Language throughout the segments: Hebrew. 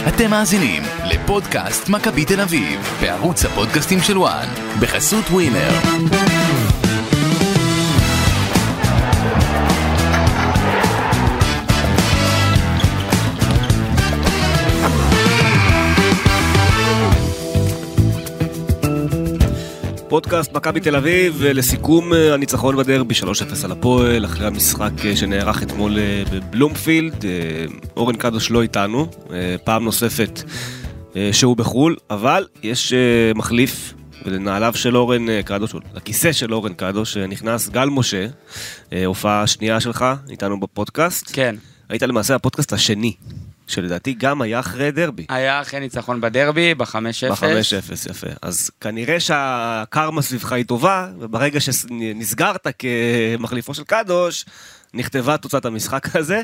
אתם מאזינים לפודקאסט מכבי תל אביב, בערוץ הפודקאסטים של וואן, בחסות ווינר. פודקאסט מכבי תל אביב, לסיכום הניצחון בדרבי 3-0 על הפועל, אחרי המשחק שנערך אתמול בבלומפילד. אורן קדוש לא איתנו, פעם נוספת שהוא בחול, אבל יש מחליף, ולנעליו של אורן קדוש, לכיסא של אורן קדוש, נכנס גל משה, הופעה שנייה שלך, איתנו בפודקאסט. כן. היית למעשה הפודקאסט השני, שלדעתי גם היה אחרי דרבי. היה אחרי ניצחון בדרבי, ב-5-0. ב-5-0, יפה. אז כנראה שהקרמה סביבך היא טובה, וברגע שנסגרת כמחליפו של קדוש, נכתבה תוצאת המשחק הזה.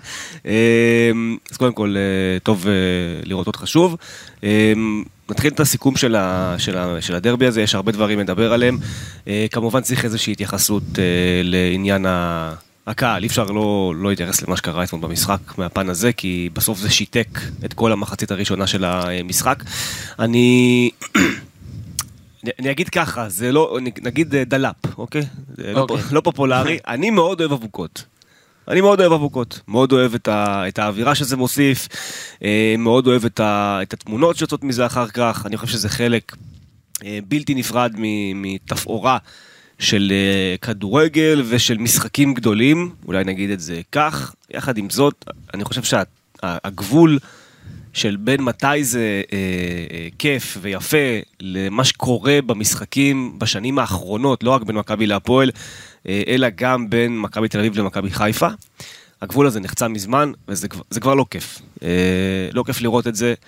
אז קודם כל, טוב לראות אותך שוב. נתחיל את הסיכום של הדרבי הזה, יש הרבה דברים לדבר עליהם. כמובן צריך איזושהי התייחסות לעניין הקהל, אי אפשר לא להתייחס למה שקרה אתמול במשחק מהפן הזה, כי בסוף זה שיתק את כל המחצית הראשונה של המשחק. אני אגיד ככה, זה לא, נגיד דלאפ, אוקיי? לא פופולרי, אני מאוד אוהב אבוקות. מאוד אוהב את האווירה שזה מוסיף, מאוד אוהב את התמונות שיוצאות מזה אחר כך, אני חושב שזה חלק בלתי נפרד מתפאורה של כדורגל ושל משחקים גדולים, אולי נגיד את זה כך. יחד עם זאת, אני חושב שהגבול של בין מתי זה כיף ויפה למה שקורה במשחקים בשנים האחרונות, לא רק בין מכבי להפועל, אלא גם בין מכבי תל אביב למכבי חיפה, הגבול הזה נחצה מזמן, וזה כבר לא כיף. לא כיף לראות את זה.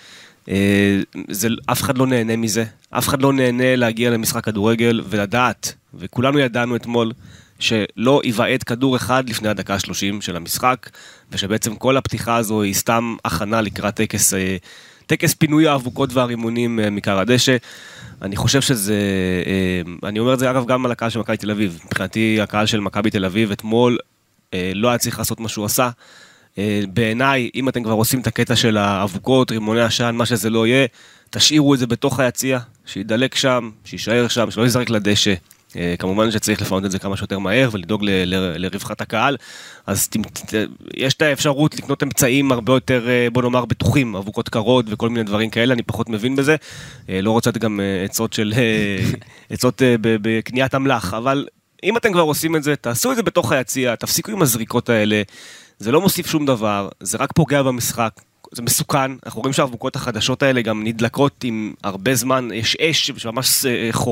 אף אחד לא נהנה מזה, אף אחד לא נהנה להגיע למשחק כדורגל ולדעת, וכולנו ידענו אתמול שלא ייבעט כדור אחד לפני הדקה 30 של המשחק, ושבעצם כל הפתיחה הזו היא סתם הכנה לקראת טקס פינוי האבוקות והרימונים מקר הדשא. אני חושב שזה, אני אומר את זה אגב גם על הקהל של מכבי תל אביב, מבחינתי הקהל של מכבי תל אביב אתמול לא היה צריך לעשות מה שהוא עשה. בעיניי, אם אתם כבר עושים את הקטע של האבוקות, רימוני עשן, מה שזה לא יהיה, תשאירו את זה בתוך היציע, שידלק שם, שישאר שם, שלא יזרק לדשא. כמובן שצריך לפנות את זה כמה שיותר מהר, ולדאוג לרווחת הקהל. אז יש את האפשרות לקנות אמצעים הרבה יותר, בוא נאמר, בטוחים, אבוקות קרות וכל מיני דברים כאלה, אני פחות מבין בזה. לא רוצה גם עצות בקניית המלח, אבל אם אתם כבר עושים את זה, תעשו את זה בתוך היציע, תפסיקו עם הזריקות האלה. זה לא מוסיף שום דבר, זה רק פוגע במשחק, זה מסוכן. אנחנו רואים שהאבוקות החדשות האלה גם נדלקות עם הרבה זמן, יש אש שממש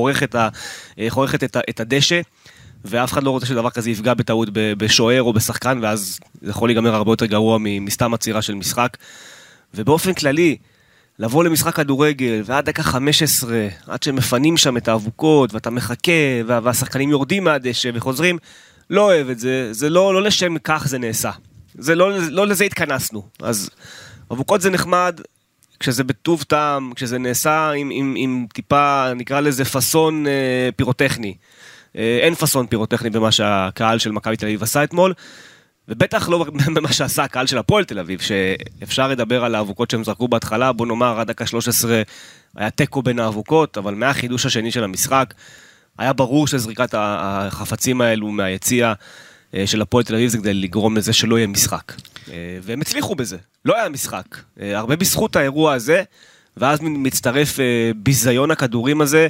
חורכת את הדשא, ואף אחד לא רוצה שדבר כזה יפגע בטעות בשוער או בשחקן, ואז זה יכול להיגמר הרבה יותר גרוע מסתם עצירה של משחק. ובאופן כללי, לבוא למשחק כדורגל, ועד דקה 15, עד שמפנים שם את האבוקות, ואתה מחכה, והשחקנים יורדים מהדשא וחוזרים, לא אוהב את זה, זה לא לשם כך זה נעשה. זה לא לזה התכנסנו. אז אבוקות זה נחמד, כשזה בטוב טעם, כשזה נעשה עם טיפה, נקרא לזה פסון פירוטכני. אין פסון פירוטכני במה שהקהל של מכבי תל אביב עשה אתמול, ובטח לא במה שעשה הקהל של הפועל תל אביב, שאפשר לדבר על האבוקות שהם זרקו בהתחלה, בוא נאמר, עד דקה 13 היה טקו בין האבוקות, אבל מהחידוש השני של המשחק, היה ברור שזריקת החפצים האלו מהיציע של הפועל תל אביב זה כדי לגרום לזה שלא יהיה משחק. והם הצליחו בזה, לא היה משחק. הרבה בזכות האירוע הזה, ואז מצטרף ביזיון הכדורים הזה,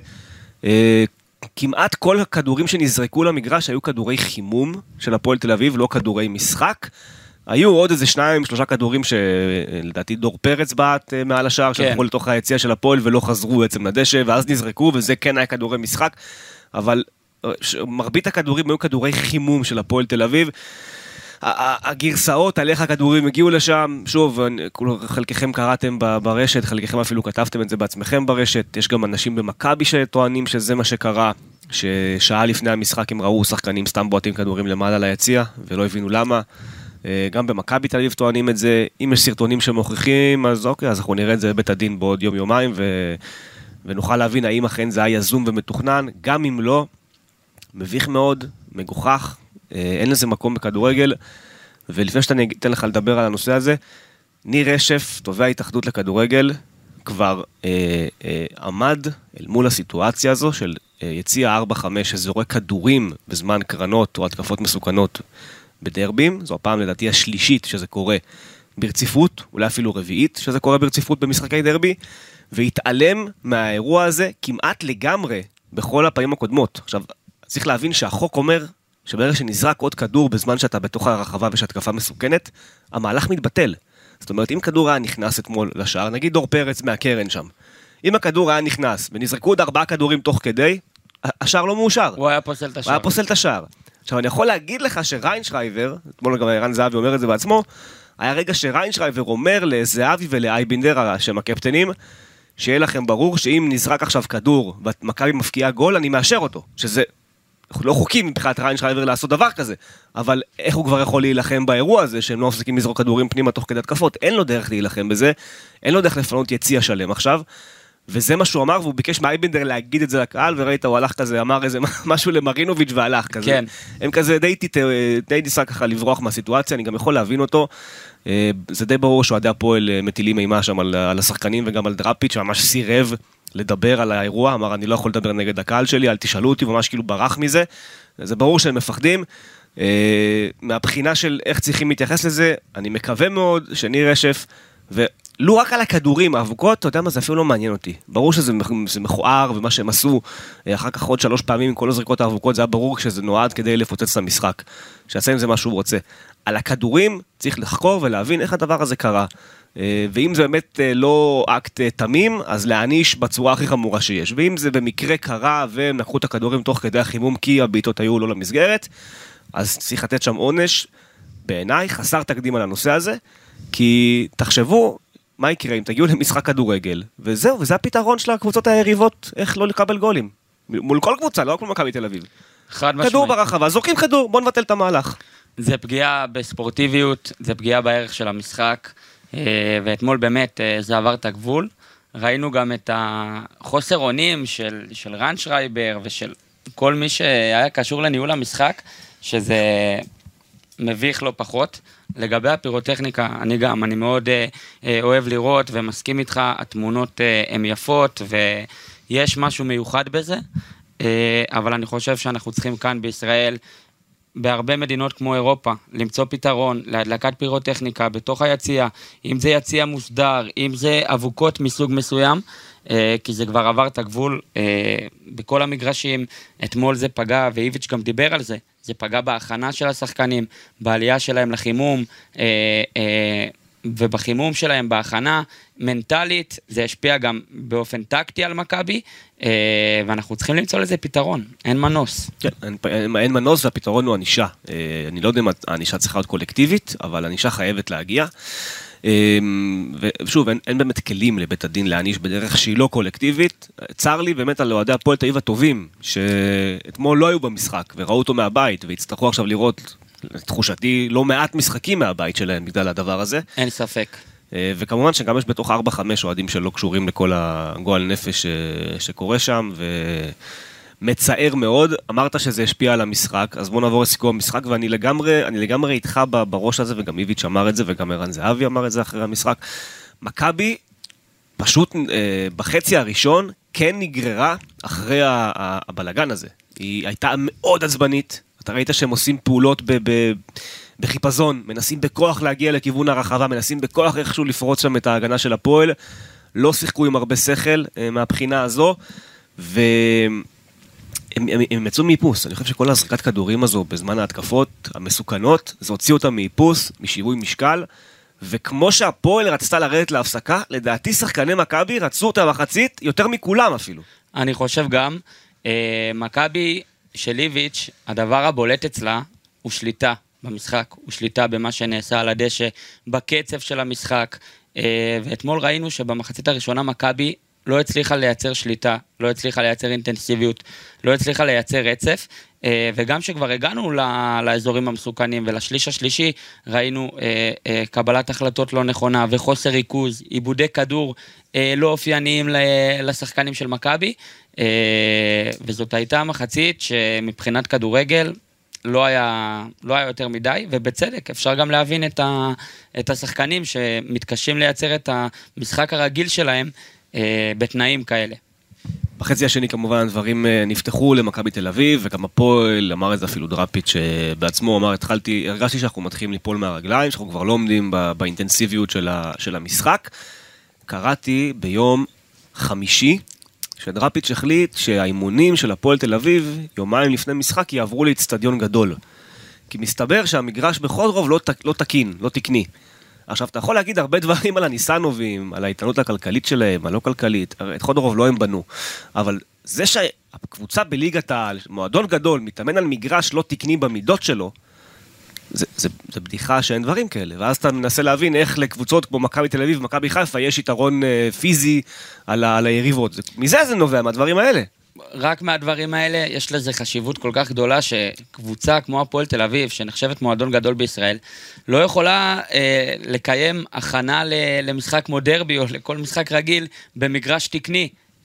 כמעט כל הכדורים שנזרקו למגרש היו כדורי חימום של הפועל תל אביב, לא כדורי משחק. היו עוד איזה 2-3 כדורים שלדעתי דור פרץ בעט מעל השער, שהלכו לתוך היציע של הפועל ולא חזרו בעצם לדשא, ואז נזרקו, וזה כן היה כדורי משחק, אבל מרבית הכדורים היו כדורי חימום של הפועל תל אביב. הגרסאות על איך הכדורים הגיעו לשם, שוב, חלקכם קראתם ברשת, חלקכם אפילו כתבתם את זה בעצמכם ברשת, יש גם אנשים במכבי שטוענים שזה מה שקרה, ששעה לפני המשחק הם ראו שחקנים סתם בועטים כדורים למעלה ליציע, ולא הבינו למה. גם במכבי תל אביב טוענים את זה. אם יש סרטונים שמוכיחים, אז אוקיי, אז אנחנו נראה את זה בבית הדין בעוד יום-יומיים, ונוכל להבין האם אכן זה היה יזום ומתוכנן. גם אם לא, מביך מאוד, מגוחך, אין לזה מקום בכדורגל. ולפני שאתה אתן לך לדבר על הנושא הזה, ניר רשף, תובע ההתאחדות לכדורגל, כבר עמד אל מול הסיטואציה הזו של יציע 4-5 שזורק כדורים בזמן קרנות או התקפות מסוכנות בדרבים, זו הפעם לדעתי השלישית שזה קורה ברציפות, אולי אפילו רביעית שזה קורה ברציפות במשחקי דרבי, והתעלם מהאירוע הזה כמעט לגמרי בכל הפעמים הקודמות. עכשיו, צריך להבין שהחוק אומר שברגע שנזרק עוד כדור בזמן שאתה בתוך הרחבה ושהתקפה מסוכנת, המהלך מתבטל. זאת אומרת, אם כדור היה נכנס אתמול לשער, נגיד דור פרץ מהקרן שם, אם הכדור היה נכנס ונזרקו עוד 4 כדורים תוך כדי, השער לא מאושר. הוא היה פוסל את השער. הוא היה פוסל את השער. עכשיו, אני יכול להגיד לך שריינשרייבר, אתמול גם ערן זהבי אומר את זה בעצמו, היה רגע שריינשרייבר אומר לזהבי ולאייבינדר, שהם הקפטנים, שיהיה לכם ברור שאם נזרק עכשיו כדור ומכבי מפקיעה גול, אני מאשר אותו. שזה לא חוקי מבחינת ריינשרייבר לעשות דבר כזה, אבל איך הוא כבר יכול להילחם באירוע הזה, שהם לא מפסיקים לזרוק כדורים פנימה תוך כדי התקפות? אין לו דרך להילחם בזה, אין לו דרך לפנות יציע שלם עכשיו, וזה מה שהוא אמר, והוא ביקש מאייבינדר להגיד את זה לקהל, וראית, הוא הלך כזה, אמר איזה משהו למרינוביץ' והלך כזה. כן. הם כזה די ניסה ככה לברוח מהסיטואציה, אני גם יכול להבין אותו. זה די ברור שאוהדי הפועל מטילים אימה שם על השחקנים וגם על דראפיץ', שממש סירב לדבר על האירוע, אמר אני לא יכול לדבר נגד הקהל שלי, אל תשאלו אותי, ממש כאילו ברח מזה. זה ברור שהם מפחדים. מהבחינה של איך צריכים להתייחס לזה, אני מקווה מאוד שניר רשף, ולא רק על הכדורים, האבוקות, אתה יודע מה, זה אפילו לא מעניין אותי. ברור שזה מכוער, ומה שהם עשו, אחר כך עוד 3 פעמים עם כל הזריקות האבוקות, זה היה ברור כשזה נועד כדי לפוצץ את המשחק. שיעשה עם זה מה שהוא רוצה. על הכדורים צריך לחקור ולהבין איך הדבר הזה קרה. ואם זה באמת לא אקט תמים, אז להעניש בצורה הכי חמורה שיש. ואם זה במקרה קרה, והם לקחו את הכדורים תוך כדי החימום, כי הבעיטות היו לא למסגרת, אז צריך לתת שם עונש, בעיניי, חסר תקדים על הנושא הזה, כי תחשבו, מה יקרה אם תגיעו למשחק כדורגל, וזהו, וזה הפתרון של הקבוצות היריבות, איך לא לקבל גולים. מול כל קבוצה, לא רק מול מכבי תל אביב. חד משמעית. כדור ברחבה, זורקים כדור, בוא נבטל את המהלך. זה פגיעה בספורטיביות, זה פגיעה בערך של המשחק, ואתמול באמת זה עבר את הגבול. ראינו גם את החוסר אונים של ריינשרייבר ושל כל מי שהיה קשור לניהול המשחק, שזה מביך לא פחות. לגבי הפירוטכניקה, אני מאוד אוהב לראות ומסכים איתך, התמונות הן יפות ויש משהו מיוחד בזה, אבל אני חושב שאנחנו צריכים כאן בישראל, בהרבה מדינות כמו אירופה, למצוא פתרון להדלקת פירוטכניקה בתוך היציאה, אם זה יציאה מוסדר, אם זה אבוקות מסוג מסוים, כי זה כבר עבר את הגבול בכל המגרשים. אתמול זה פגע, ואיביץ' גם דיבר על זה, זה פגע בהכנה של השחקנים, בעלייה שלהם לחימום, ובחימום שלהם, בהכנה מנטלית, זה השפיע גם באופן טקטי על מכבי, ואנחנו צריכים למצוא לזה פתרון, אין מנוס. כן, אין מנוס, והפתרון הוא ענישה. אני לא יודע אם הענישה צריכה להיות קולקטיבית, אבל ענישה חייבת להגיע. ושוב, אין באמת כלים לבית הדין להעניש בדרך שהיא לא קולקטיבית. צר לי באמת על אוהדי הפועל תל אביב הטובים, שאתמול לא היו במשחק, וראו אותו מהבית, והצטרכו עכשיו לראות, תחושתי, לא מעט משחקים מהבית שלהם בגלל הדבר הזה. אין ספק. וכמובן שגם יש בתוך 4-5 אוהדים שלא קשורים לכל הגועל נפש שקורה שם, ומצער מאוד. אמרת שזה השפיע על המשחק, אז בוא נעבור לסיכום המשחק, ואני לגמרי איתך בראש הזה, וגם איביץ' אמר את זה, וגם ערן זהבי אמר את זה אחרי המשחק. מכבי פשוט בחצי הראשון כן נגררה אחרי הבלגן הזה. היא הייתה מאוד עצבנית, אתה ראית שהם עושים פעולות בחיפזון, מנסים בכוח להגיע לכיוון הרחבה, מנסים בכוח איכשהו לפרוץ שם את ההגנה של הפועל, לא שיחקו עם הרבה שכל מהבחינה הזו, והם יצאו מאיפוס. אני חושב שכל הזריקת כדורים הזו בזמן ההתקפות המסוכנות, זה הוציא אותם מאיפוס, משיווי משקל, וכמו שהפועל רצתה לרדת להפסקה, לדעתי שחקני מכבי רצו את המחצית יותר מכולם אפילו. אני חושב גם, מכבי של איביץ', הדבר הבולט אצלה הוא שליטה במשחק, הוא שליטה במה שנעשה על הדשא, בקצב של המשחק, ואתמול ראינו שבמחצית הראשונה מכבי לא הצליחה לייצר שליטה, לא הצליחה לייצר אינטנסיביות, לא הצליחה לייצר רצף, וגם שכבר הגענו לאזורים המסוכנים, ולשליש השלישי ראינו קבלת החלטות לא נכונה, וחוסר ריכוז, עיבודי כדור לא אופייניים לשחקנים של מכבי, וזאת הייתה מחצית שמבחינת כדורגל, לא היה יותר מדי, ובצדק, אפשר גם להבין את השחקנים שמתקשים לייצר את המשחק הרגיל שלהם בתנאים כאלה. בחצי השני כמובן דברים נפתחו למכבי תל אביב, וגם הפועל אמר את זה אפילו דראפיץ' שבעצמו אמר, הרגשתי שאנחנו מתחילים ליפול מהרגליים, שאנחנו כבר לא עומדים באינטנסיביות של המשחק. קראתי ביום חמישי, שדראפיץ' החליט שהאימונים של הפועל תל אביב, יומיים לפני משחק, יעברו לאצטדיון גדול. כי מסתבר שהמגרש בכל רוב לא תקין, לא תקני. עכשיו, אתה יכול להגיד הרבה דברים על הניסנובים, על ההתנהלות הכלכלית שלהם, הלא כלכלית, את חודרוב לא הם בנו, אבל זה שהקבוצה בליגת העל, מועדון גדול, מתאמן על מגרש לא תקני במידות שלו, זה בדיחה שאין דברים כאלה, ואז אתה מנסה להבין איך לקבוצות כמו מכבי תל אביב ומכבי חיפה יש יתרון פיזי על היריבות. מזה זה נובע, מהדברים האלה. רק מהדברים האלה יש לזה חשיבות כל כך גדולה שקבוצה כמו הפועל תל אביב, שנחשבת מועדון גדול בישראל, לא יכולה לקיים הכנה למשחק כמו דרבי או לכל משחק רגיל במגרש תקני.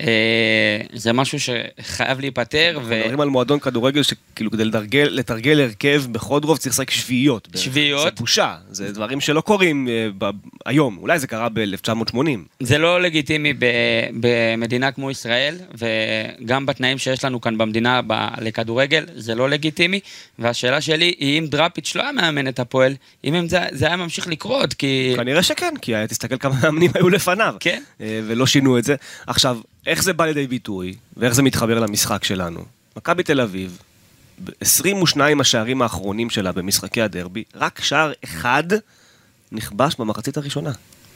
זה משהו שחייב להיפטר. מדברים על מועדון כדורגל שכאילו כדי לתרגל הרכב בחודרוב צריך לשחק שביעיות. שביעיות. זה בושה, זה דברים שלא קורים היום, אולי זה קרה ב-1980. זה לא לגיטימי במדינה כמו ישראל, וגם בתנאים שיש לנו כאן במדינה לכדורגל, זה לא לגיטימי, והשאלה שלי היא אם דראפיץ' לא היה מאמן את הפועל, אם זה היה ממשיך לקרות, כי... כנראה שכן, כי תסתכל כמה מאמנים היו לפניו, כן. ולא שינו את זה. עכשיו, איך זה בא לידי ביטוי, ואיך זה מתחבר למשחק שלנו? מכבי תל אביב, ב-22 השערים האחרונים שלה במשחקי הדרבי, רק שער אחד נכבש במחצית הראשונה.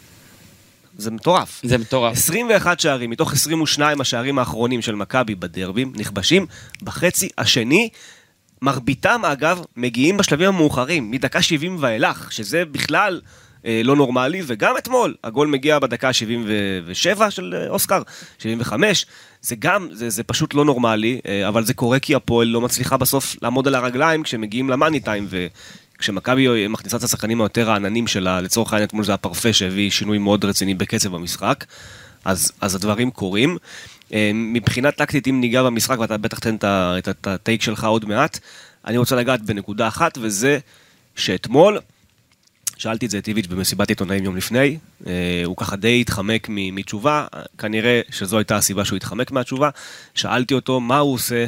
זה מטורף. זה מטורף. 21 שערים מתוך 22 השערים האחרונים של מכבי בדרבים, נכבשים בחצי השני, מרביתם אגב מגיעים בשלבים המאוחרים, מדקה 70 ואילך, שזה בכלל... לא נורמלי, וגם אתמול, הגול מגיע בדקה 77 של אוסקר, 75, זה גם, זה פשוט לא נורמלי, אבל זה קורה כי הפועל לא מצליחה בסוף לעמוד על הרגליים כשמגיעים למאני טיים, וכשמכבי מכניסה את השחקנים היותר העננים שלה, לצורך העניין אתמול זה הפרפה שהביא שינוי מאוד רציני בקצב המשחק, אז הדברים קורים. מבחינת טקטית, אם ניגע במשחק, ואתה בטח תן את הטייק שלך עוד מעט, אני רוצה לגעת בנקודה אחת, וזה שאתמול, שאלתי את זה את איביץ' במסיבת עיתונאים יום לפני, הוא ככה די התחמק מתשובה, כנראה שזו הייתה הסיבה שהוא התחמק מהתשובה, שאלתי אותו מה הוא עושה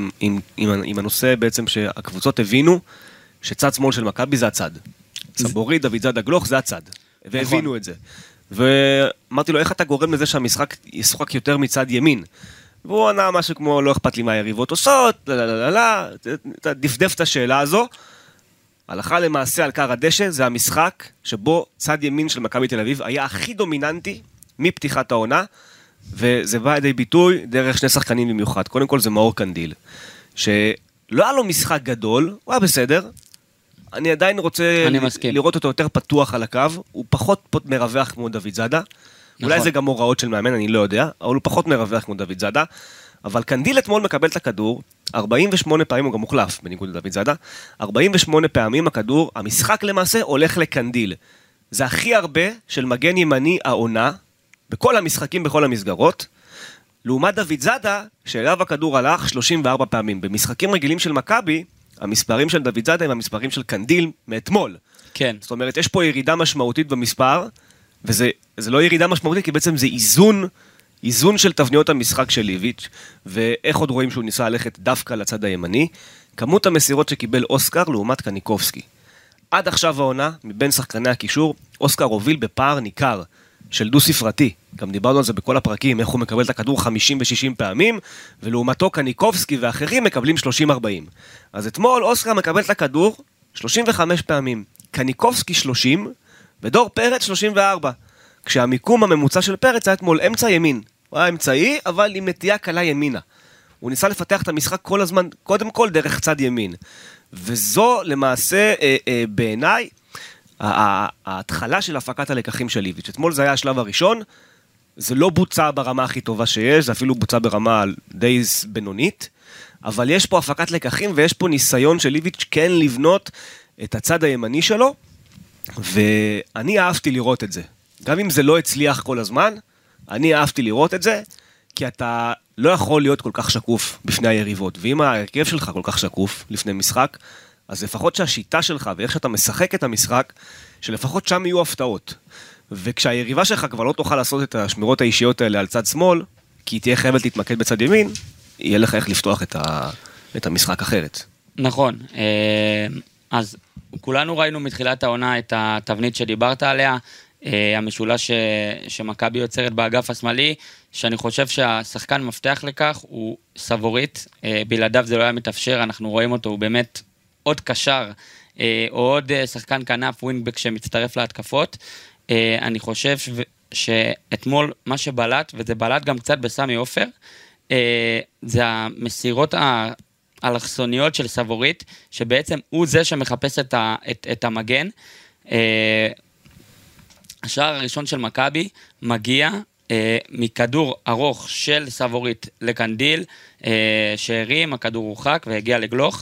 עם הנושא בעצם שהקבוצות הבינו שצד שמאל של מכבי זה הצד. סבורי, דוד זאדה גלוך זה הצד, והבינו את זה. ואמרתי לו, איך אתה גורם לזה שהמשחק ישוחק יותר מצד ימין? והוא ענה משהו כמו, לא אכפת לי מה היריבות עושות, דפדף את השאלה הזו, הלכה למעשה על קר הדשא, זה המשחק שבו צד ימין של מכבי תל אביב היה הכי דומיננטי מפתיחת העונה, וזה בא לידי ביטוי דרך שני שחקנים במיוחד. קודם כל זה מאור קנדיל, שלא היה לו משחק גדול, הוא היה בסדר, אני עדיין רוצה לראות אותו יותר פתוח על הקו, הוא פחות מרווח כמו דוד זאדה, אולי זה גם הוראות של מאמן, אני לא יודע, אבל הוא פחות מרווח כמו דוד זאדה, אבל קנדיל אתמול מקבל את הכדור, 48 פעמים הוא גם מוחלף, בניגוד לדוד זאדה, 48 פעמים הכדור, המשחק למעשה הולך לקנדיל. זה הכי הרבה של מגן ימני העונה, בכל המשחקים, בכל המסגרות, לעומת דוד זאדה, שאליו הכדור הלך 34 פעמים. במשחקים רגילים של מכבי, המספרים של דוד זאדה הם המספרים של קנדיל מאתמול. כן. זאת אומרת, יש פה ירידה משמעותית במספר, וזה לא ירידה משמעותית, כי בעצם זה איזון של תבניות המשחק של ליביץ', ואיך עוד רואים שהוא ניסה ללכת דווקא לצד הימני, כמות המסירות שקיבל אוסקר לעומת קניקובסקי. עד עכשיו העונה, מבין שחקני הקישור, אוסקר הוביל בפער ניכר של דו ספרתי. גם דיברנו על זה בכל הפרקים, איך הוא מקבל את הכדור 50 ו-60 פעמים, ולעומתו קניקובסקי ואחרים מקבלים 30-40. אז אתמול אוסקר מקבל את הכדור 35 פעמים, קניקובסקי 30, ודור פרץ 34. כשהמיקום הממוצע של פרץ היה אתמול אמצע ימין. הוא היה אמצעי, אבל עם נטייה קלה ימינה. הוא ניסה לפתח את המשחק כל הזמן, קודם כל דרך צד ימין. וזו למעשה, בעיניי, ההתחלה של הפקת הלקחים של ליביץ'. אתמול זה היה השלב הראשון, זה לא בוצע ברמה הכי טובה שיש, זה אפילו בוצע ברמה די בינונית, אבל יש פה הפקת לקחים, ויש פה ניסיון של ליביץ' כן לבנות את הצד הימני שלו, ואני אהבתי לראות את זה. גם אם זה לא הצליח כל הזמן, אני אהבתי לראות את זה, כי אתה לא יכול להיות כל כך שקוף בפני היריבות, ואם ההרכב שלך כל כך שקוף לפני משחק, אז לפחות שהשיטה שלך ואיך שאתה משחק את המשחק, שלפחות שם יהיו הפתעות. וכשהיריבה שלך כבר לא תוכל לעשות את השמירות האישיות האלה על צד שמאל, כי היא תהיה חייבת להתמקד בצד ימין, יהיה לך איך לפתוח את המשחק אחרת. נכון, אז כולנו ראינו מתחילת העונה את התבנית שדיברת עליה, המשולש שמכבי יוצרת באגף השמאלי, שאני חושב שהשחקן מפתח לכך הוא סבורית, בלעדיו זה לא היה מתאפשר, אנחנו רואים אותו, הוא באמת עוד קשר, או עוד שחקן כנף ווינגבק שמצטרף להתקפות. אני חושב שאתמול מה שבלט, וזה בלט גם קצת בסמי עופר, זה המסירות האלכסוניות של סבורית, שבעצם הוא זה שמחפש את המגן. השער הראשון של מכבי מגיע מכדור ארוך של סבורית לקנדיל, שהרים, הכדור הורחק והגיע לגלוך.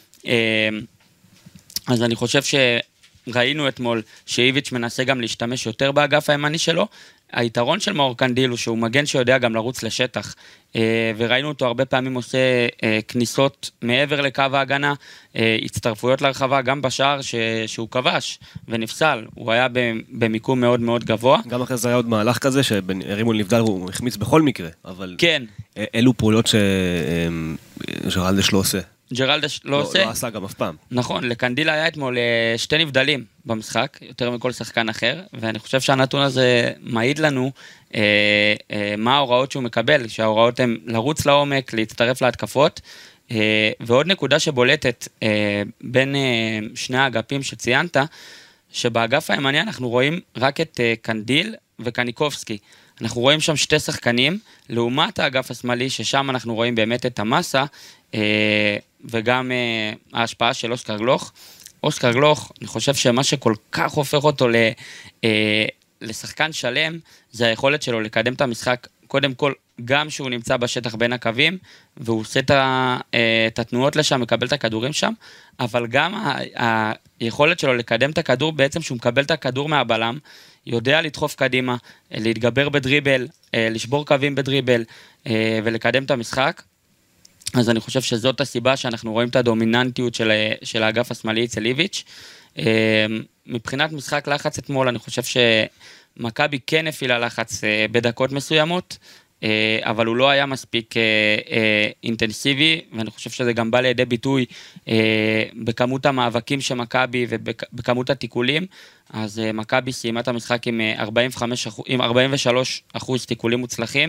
אז אני חושב שראינו אתמול שאיביץ' מנסה גם להשתמש יותר באגף הימני שלו. היתרון של מאור קנדיל הוא שהוא מגן שיודע גם לרוץ לשטח, וראינו אותו הרבה פעמים עושה כניסות מעבר לקו ההגנה, הצטרפויות להרחבה, גם בשער שהוא כבש ונפסל, הוא היה במיקום מאוד מאוד גבוה. גם אחרי זה היה עוד מהלך כזה, שהרימון נבדל הוא החמיץ בכל מקרה, אבל כן. אלו פעולות שג'רלדש לא עושה. ג'רלדש לא עושה. לא עשה גם אף פעם. נכון, לקנדיל היה אתמול 2 נבדלים במשחק, יותר מכל שחקן אחר, ואני חושב שהנתון הזה מעיד לנו מה ההוראות שהוא מקבל, שההוראות הן לרוץ לעומק, להצטרף להתקפות, ועוד נקודה שבולטת בין שני האגפים שציינת, שבאגף הימני אנחנו רואים רק את קנדיל וקניקובסקי. אנחנו רואים שם 2 שחקנים, לעומת האגף השמאלי, ששם אנחנו רואים באמת את המסה, וגם ההשפעה של אוסקר גלוך. אוסקר גלוך, אני חושב שמה שכל כך הופך אותו לשחקן שלם, זה היכולת שלו לקדם את המשחק, קודם כל, גם שהוא נמצא בשטח בין הקווים, והוא עושה את התנועות לשם, מקבל את הכדורים שם, אבל גם היכולת שלו לקדם את הכדור, בעצם שהוא מקבל את הכדור מהבלם, יודע לדחוף קדימה, להתגבר בדריבל, לשבור קווים בדריבל, ולקדם את המשחק. אז אני חושב שזאת הסיבה שאנחנו רואים את הדומיננטיות של האגף השמאלי אצל איביץ'. מבחינת משחק לחץ אתמול, אני חושב שמכבי כן הפעילה לחץ בדקות מסוימות, אבל הוא לא היה מספיק אינטנסיבי, ואני חושב שזה גם בא לידי ביטוי בכמות המאבקים של מכבי ובכמות התיקולים. אז מכבי סיימה את המשחק עם 43% תיקולים מוצלחים,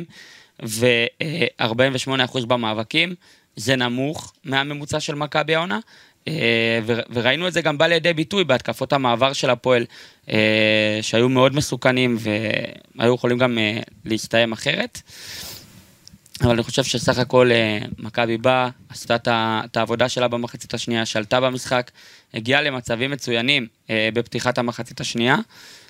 ו-48% במאבקים, זה נמוך מהממוצע של מכבי העונה, וראינו את זה גם בא לידי ביטוי בהתקפות המעבר של הפועל, שהיו מאוד מסוכנים, והיו יכולים גם להסתיים אחרת, אבל אני חושב שסך הכל מכבי באה, עשתה את העבודה שלה במחצית השנייה, שלטה במשחק, הגיעה למצבים מצוינים בפתיחת המחצית השנייה,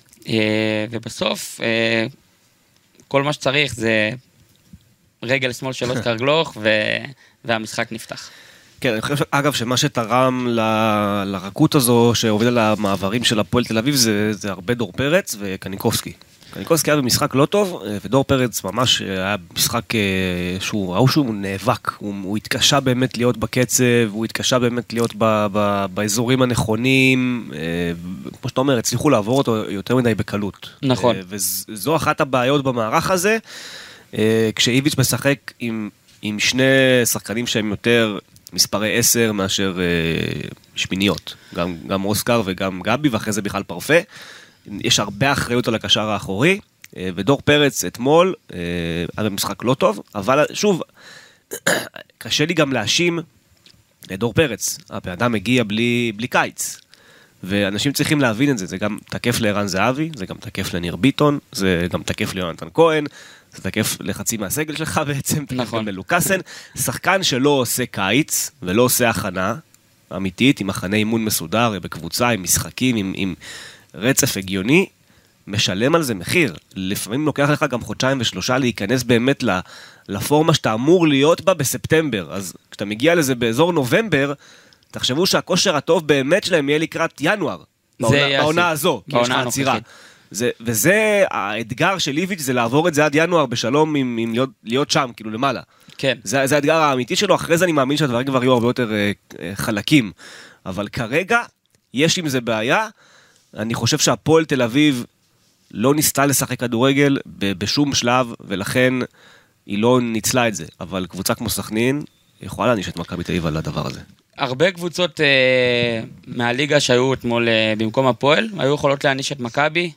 ובסוף כל מה שצריך זה רגל שמאל של אוסקר גלוך, והמשחק נפתח. כן, אני חושב, אגב, שמה שתרם לרכות הזו, שהובילה למעברים של הפועל תל אביב, זה הרבה דור פרץ וקניקובסקי. קניקובסקי היה במשחק לא טוב, ודור פרץ ממש היה משחק ראו שהוא נאבק, הוא התקשה באמת להיות בקצב, הוא התקשה באמת להיות באזורים הנכונים, כמו שאתה אומר, הצליחו לעבור אותו יותר מדי בקלות. נכון. וזו אחת הבעיות במערך הזה, כשאיביץ' משחק עם 2 שחקנים שהם יותר מספרי 10 מאשר שמיניות, גם אוסקר וגם גבי, ואחרי זה בכלל פרפה. יש הרבה אחריות על הקשר האחורי, ודור פרץ אתמול היה במשחק לא טוב, אבל שוב, קשה לי גם להאשים את דור פרץ. הבן אדם מגיע בלי קיץ, ואנשים צריכים להבין את זה. זה גם תקף לערן זהבי, זה גם תקף לניר ביטון, זה גם תקף ליונתן כהן, זה תקף לחצי מהסגל שלך בעצם, נכון. תקף ללוקאסן. שחקן שלא עושה קיץ ולא עושה הכנה אמיתית, עם מחנה אימון מסודר, בקבוצה, עם משחקים, עם רצף הגיוני, משלם על זה מחיר. לפעמים לוקח לך גם 2 ו3 להיכנס באמת לפורמה שאתה אמור להיות בה בספטמבר. אז כשאתה מגיע לזה באזור נובמבר, תחשבו שהכושר הטוב באמת שלהם יהיה לקראת ינואר, בעונה הזו, כי יש לך עצירה. וזה האתגר של ליביץ', זה לעבור את זה עד ינואר בשלום, עם להיות שם, כאילו למעלה. כן. זה האתגר האמיתי שלו, אחרי זה אני מאמין שהדברים כבר יהיו הרבה יותר חלקים. אבל כרגע, יש עם זה בעיה, אני חושב שהפועל תל אביב לא ניסתה לשחק כדורגל בשום שלב, ולכן היא לא ניצלה את זה. אבל קבוצה כמו סכנין, יכולה להניש את מכבי תל אביב על הדבר הזה. הרבה קבוצות מהליגה שהיו אתמול במקום הפועל, היו יכולות להניש את מכבי,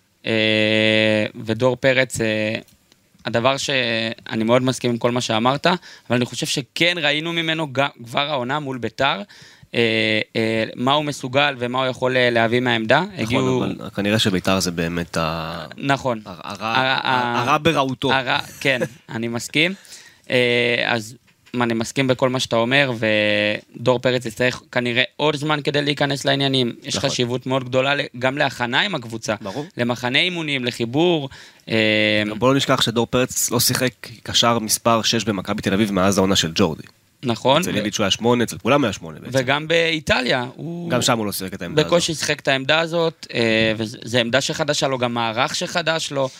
ודור פרץ, הדבר שאני מאוד מסכים עם כל מה שאמרת, אבל אני חושב שכן ראינו ממנו כבר העונה מול ביתר, מה הוא מסוגל ומה הוא יכול להביא מהעמדה. נכון, אבל כנראה שביתר זה באמת נכון. הרע בראותו. כן, אני מסכים. אז אני מסכים בכל מה שאתה אומר, ודור פרץ יצטרך כנראה עוד זמן כדי להיכנס לעניינים. יש חשיבות מאוד גדולה גם להכנה עם הקבוצה. ברור. למחנה אימונים, לחיבור. בוא לא נשכח שדור פרץ לא שיחק קשר מספר 6 במכבי תל אביב מאז העונה של ג'ורדי. נכון. אצל ליביץ' הוא היה 8, אצל כולם היה 8 בעצם. וגם באיטליה. גם שם הוא לא שיחק את העמדה הזאת. בקושי שיחק את העמדה הזאת, וזו עמדה שחדשה לו, גם מערך שחדש לו,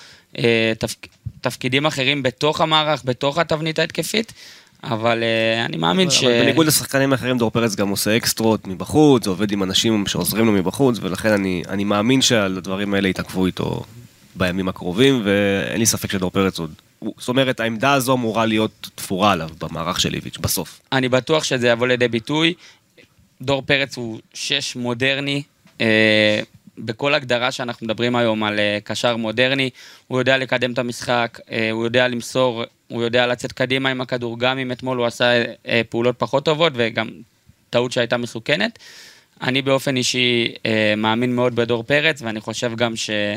תפקידים אחרים בתוך המערך, בתוך התבנית ההתקפית. אבל אני מאמין בניגוד לשחקנים אחרים, דור פרץ גם עושה אקסטרות מבחוץ, עובד עם אנשים שעוזרים לו מבחוץ, ולכן אני מאמין שהדברים האלה יתעקבו איתו בימים הקרובים, ואין לי ספק שדור פרץ עוד... זאת אומרת, העמדה הזו אמורה להיות תפורה עליו במערך של ליביץ' בסוף. אני בטוח שזה יבוא לידי ביטוי. דור פרץ הוא 6 מודרני, בכל הגדרה שאנחנו מדברים היום על קשר מודרני, הוא יודע לקדם את המשחק, הוא יודע למסור, הוא יודע לצאת קדימה עם הכדור, גם אם אתמול הוא עשה פעולות פחות טובות, וגם טעות שהייתה מסוכנת. אני באופן אישי מאמין מאוד בדור פרץ, ואני חושב גם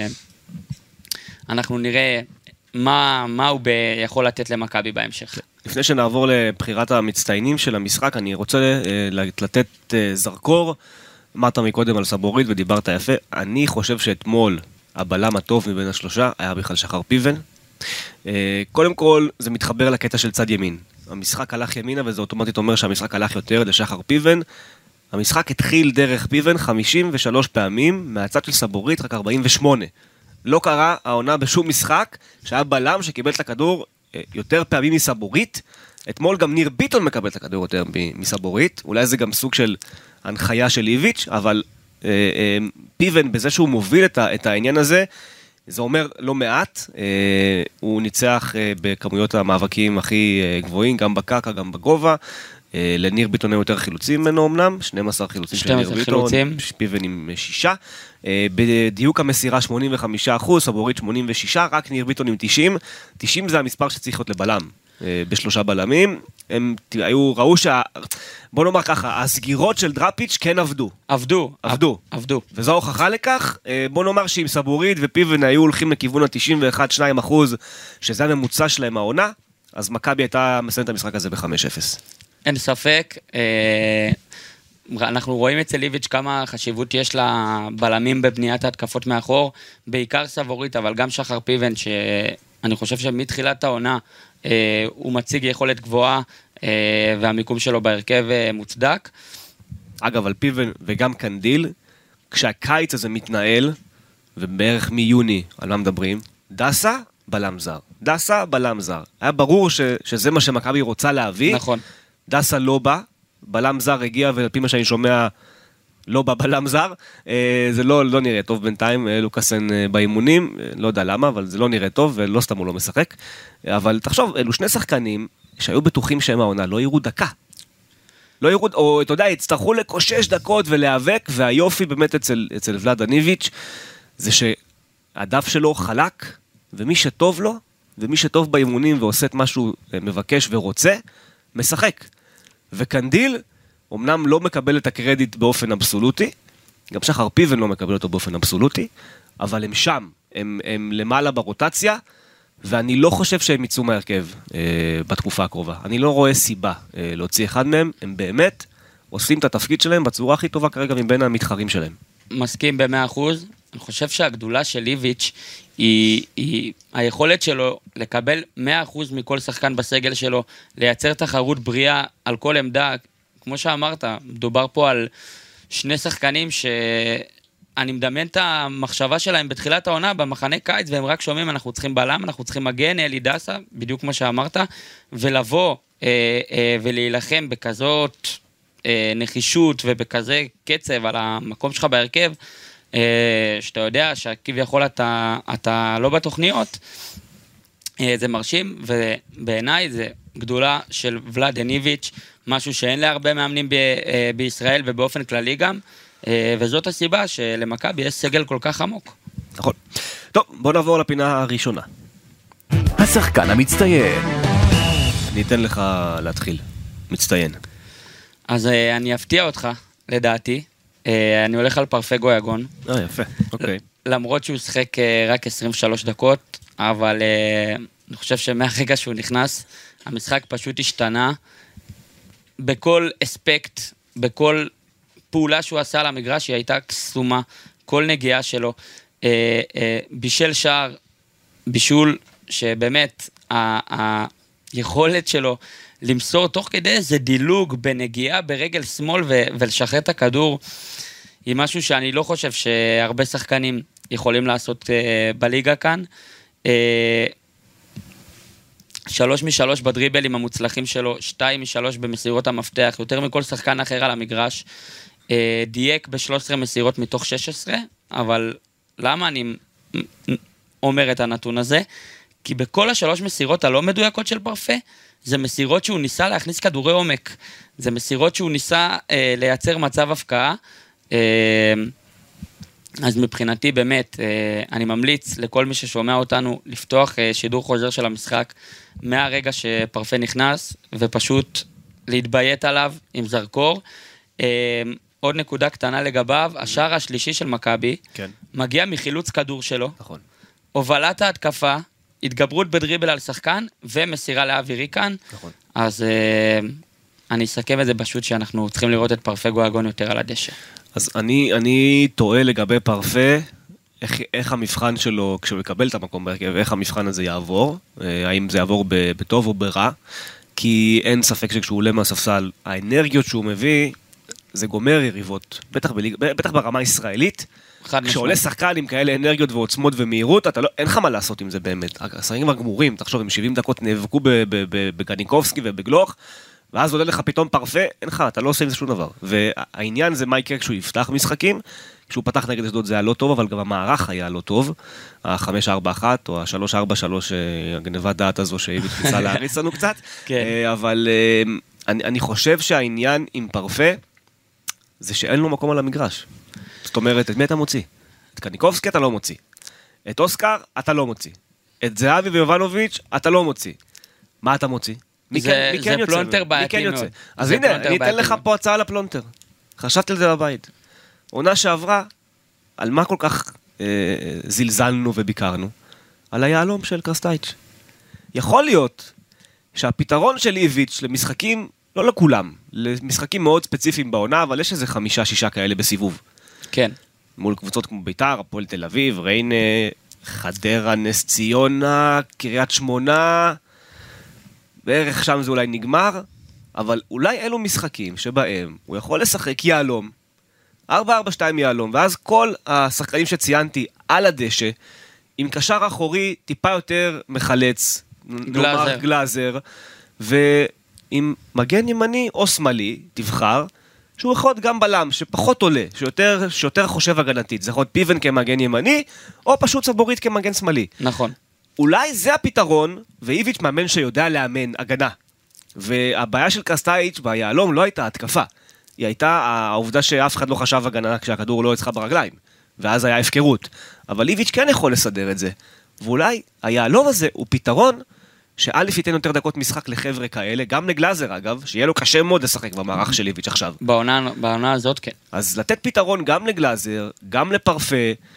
שאנחנו נראה מה הוא יכול לתת למכבי בהמשך. לפני שנעבור לבחירת המצטיינים של המשחק, אני רוצה לתת זרקור. אמרת מקודם על סבורית ודיברת יפה. אני חושב שאתמול הבלם הטוב מבין השלושה היה בכלל שחר פיבן. קודם כל זה מתחבר לקטע של צד ימין. המשחק הלך ימינה וזה אוטומטית אומר שהמשחק הלך יותר לשחר פיבן. המשחק התחיל דרך פיבן 53 פעמים, מהצד של סבורית רק 48. לא קרה העונה בשום משחק שהיה בלם שקיבל את הכדור יותר פעמים מסבורית. אתמול גם ניר ביטון מקבל את הכדור יותר מסבורית. אולי זה גם סוג של הנחיה של ליביץ', אבל פיבן בזה שהוא מוביל את העניין הזה, זה אומר לא מעט. הוא ניצח בכמויות המאבקים הכי גבוהים, גם בקרקע, גם בגובה. לניר ביטון היו יותר חילוצים ממנו אמנם, 12 חילוצים של ניר ביטון, פיבן עם 6. בדיוק המסירה 85%, סבורית 86%, רק ניר ביטון עם 90. 90 זה המספר שצריך להיות לבלם, בשלושה בלמים. הם ראו בוא נאמר ככה, הסגירות של דראפיץ' כן עבדו. וזו ההוכחה לכך. בוא נאמר שאם סבורית ופיבן היו הולכים לכיוון ה-91-2%, שזה הממוצע שלהם העונה, אז מכבי הייתה מסיימת את המשחק הזה ב-5-0. אין ספק, אנחנו רואים אצל ליביץ' כמה חשיבות יש לבלמים בבניית ההתקפות מאחור, בעיקר סבורית, אבל גם שחר פיבן, שאני חושב שמתחילת העונה הוא מציג יכולת גבוהה, והמיקום שלו בהרכב מוצדק. אגב, על פיבן וגם קנדיל, כשהקיץ הזה מתנהל, ובערך מיוני, על מה מדברים, דסה בלם זר. היה ברור שזה מה שמכבי רוצה להביא. נכון. דסה לא בא, בלם זר הגיע, ועל פי מה שאני שומע, לא בא בלם זר. זה לא נראה טוב בינתיים, לוקאסן באימונים, לא יודע למה, אבל זה לא נראה טוב, ולא סתם הוא לא משחק. אבל תחשוב, אלו שני שחקנים שהיו בטוחים שהם העונה, לא יראו דקה. או אתה יודע, יצטרכו לקושש דקות ולהיאבק, והיופי באמת אצל ולד דניביץ' זה שהדף שלו חלק, ומי שטוב לו, ומי שטוב באימונים ועושה את מה שהוא מבקש ורוצה, משחק. וקנדיל אמנם לא מקבל את הקרדיט באופן אבסולוטי, גם שחר פיבן לא מקבל אותו באופן אבסולוטי, אבל הם שם, הם למעלה ברוטציה, ואני לא חושב שהם יצאו מהרכב בתקופה הקרובה. אני לא רואה סיבה להוציא אחד מהם, הם באמת עושים את התפקיד שלהם בצורה הכי טובה כרגע מבין המתחרים שלהם. מסכים ב100%. אני חושב שהגדולה של ליביץ' היא היכולת שלו לקבל 100% מכל שחקן בסגל שלו, לייצר תחרות בריאה על כל עמדה. כמו שאמרת, מדובר פה על שני שחקנים אני מדמיין את המחשבה שלהם בתחילת העונה, במחנה קיץ, והם רק שומעים, אנחנו צריכים בלם, אנחנו צריכים מגן, אלי דסה, בדיוק כמו שאמרת, ולבוא ולהילחם בכזאת נחישות ובכזה קצב על המקום שלך בהרכב, שאתה יודע שכביכול אתה לא בתוכניות, זה מרשים, ובעיניי זה גדולה של ולאד דניביץ', משהו שאין להרבה מאמנים בישראל ובאופן כללי גם, וזאת הסיבה שלמכבי יש סגל כל כך עמוק. נכון. טוב, בוא נעבור לפינה הראשונה. השחקן המצטיין. אני אתן לך להתחיל. מצטיין. אז אני אפתיע אותך, לדעתי. אני הולך על פרפה גויגון. יפה, אוקיי. למרות שהוא שחק רק 23 דקות, אבל אני חושב שמהרגע שהוא נכנס, המשחק פשוט השתנה. בכל אספקט, בכל פעולה שהוא עשה על המגרש, היא הייתה קסומה. כל נגיעה שלו. בישל שער, בישול שבאמת היכולת שלו למסור תוך כדי איזה דילוג בנגיעה ברגל שמאל ולשחרר את הכדור, היא משהו שאני לא חושב שהרבה שחקנים יכולים לעשות בליגה כאן. 3 מ-3 בדריבלים המוצלחים שלו, 2 מ-3 במסירות המפתח, יותר מכל שחקן אחר על המגרש, דייק ב-13 מסירות מתוך 16, אבל למה אני אומר את הנתון הזה? כי בכל 3 מסירות הלא מדויקות של פרפה, זה מסירות שהוא ניסה להכניס כדורי עומק, זה מסירות שהוא ניסה לייצר מצב הפקעה, אז מבחינתי באמת, אני ממליץ לכל מי ששומע אותנו לפתוח שידור חוזר של המשחק, מהרגע שפרפה נכנס, ופשוט להתביית עליו עם זרקור. עוד נקודה קטנה לגביו, השער השלישי של מכבי, כן. מגיע מחילוץ כדור שלו, נכון. הובלת ההתקפה, התגברות בדריבל על שחקן, ומסירה לאבי ריקן. נכון. אז אני אסכם את זה פשוט שאנחנו צריכים לראות את פרפה גויגון יותר על הדשא. אז אני טועה לגבי פרפה, איך המבחן שלו, כשהוא יקבל את המקום בהרכב, איך המבחן הזה יעבור, האם זה יעבור בטוב או ברע, כי אין ספק שכשהוא עולה מהספסל, האנרגיות שהוא מביא, זה גומר יריבות, בטח ברמה הישראלית, כשעולה שחקן עם כאלה אנרגיות ועוצמות ומהירות, אין לך מה לעשות עם זה באמת. השחקנים הגמורים, תחשוב, עם 70 דקות נאבקו בגניקובסקי ובגלוך, ואז עולה לך פתאום פרפה, אין לך, אתה לא עושה עם זה שום דבר. והעניין זה מה יקרה כשהוא יפתח משחקים, כשהוא פתח נגד אשדוד זה היה לא טוב, אבל גם המערך היה לא טוב, ה-5-4-1 או ה-3-4-3, הגנבת דעת הזו שהיא בתפיסה להריץ לנו קצת, אבל אני חושב שהעניין עם פרפה, זה שאין לו מקום על המגרש. זאת אומרת, את מי אתה מוציא? את קניקובסקי אתה לא מוציא. את אוסקר אתה לא מוציא. את זהבי ויובנוביץ' אתה לא מוציא. מה אתה מוציא? זה פלונטר בעייתי מאוד. אז הנה, אני אתן לך פה הצעה לפלונטר. חשבתי על זה בבית. עונה שעברה, על מה כל כך זלזלנו וביקרנו? על היעלום של קרסטייץ'. יכול להיות שהפתרון של איביץ' למשחקים, לא לכולם, למשחקים מאוד ספציפיים בעונה, אבל יש איזה 5-6 כאלה בסיבוב. כן. מול קבוצות כמו ביתר, הפועל תל אביב, ריינה, חדרה, נס ציונה, קריית שמונה, בערך שם זה אולי נגמר, אבל אולי אלו משחקים שבהם הוא יכול לשחק יעלום, 4-4-2 יעלום, ואז כל השחקנים שציינתי על הדשא, עם קשר אחורי טיפה יותר מחלץ, נאמר גלאזר, ועם מגן ימני או שמאלי, תבחר, שהוא יכול גם בלם, שפחות עולה, שיותר חושב הגנתית, זה יכול להיות פיבן כמגן ימני, או פשוט סבורית כמגן שמאלי. נכון. אולי זה הפתרון, ואיביץ' מאמן שיודע לאמן הגנה. והבעיה של קרסטייץ' ביעלום לא הייתה התקפה. היא הייתה העובדה שאף אחד לא חשב הגנה כשהכדור לא יצחה ברגליים. ואז היה הפקרות. אבל איביץ' כן יכול לסדר את זה. ואולי היעלום הזה הוא פתרון שא' ייתן יותר דקות משחק לחבר'ה כאלה, גם לגלאזר אגב, שיהיה לו קשה מאוד לשחק במערך של איביץ' עכשיו. בעונה הזאת כן. אז לתת פתרון גם לגלאזר, גם לפרפה,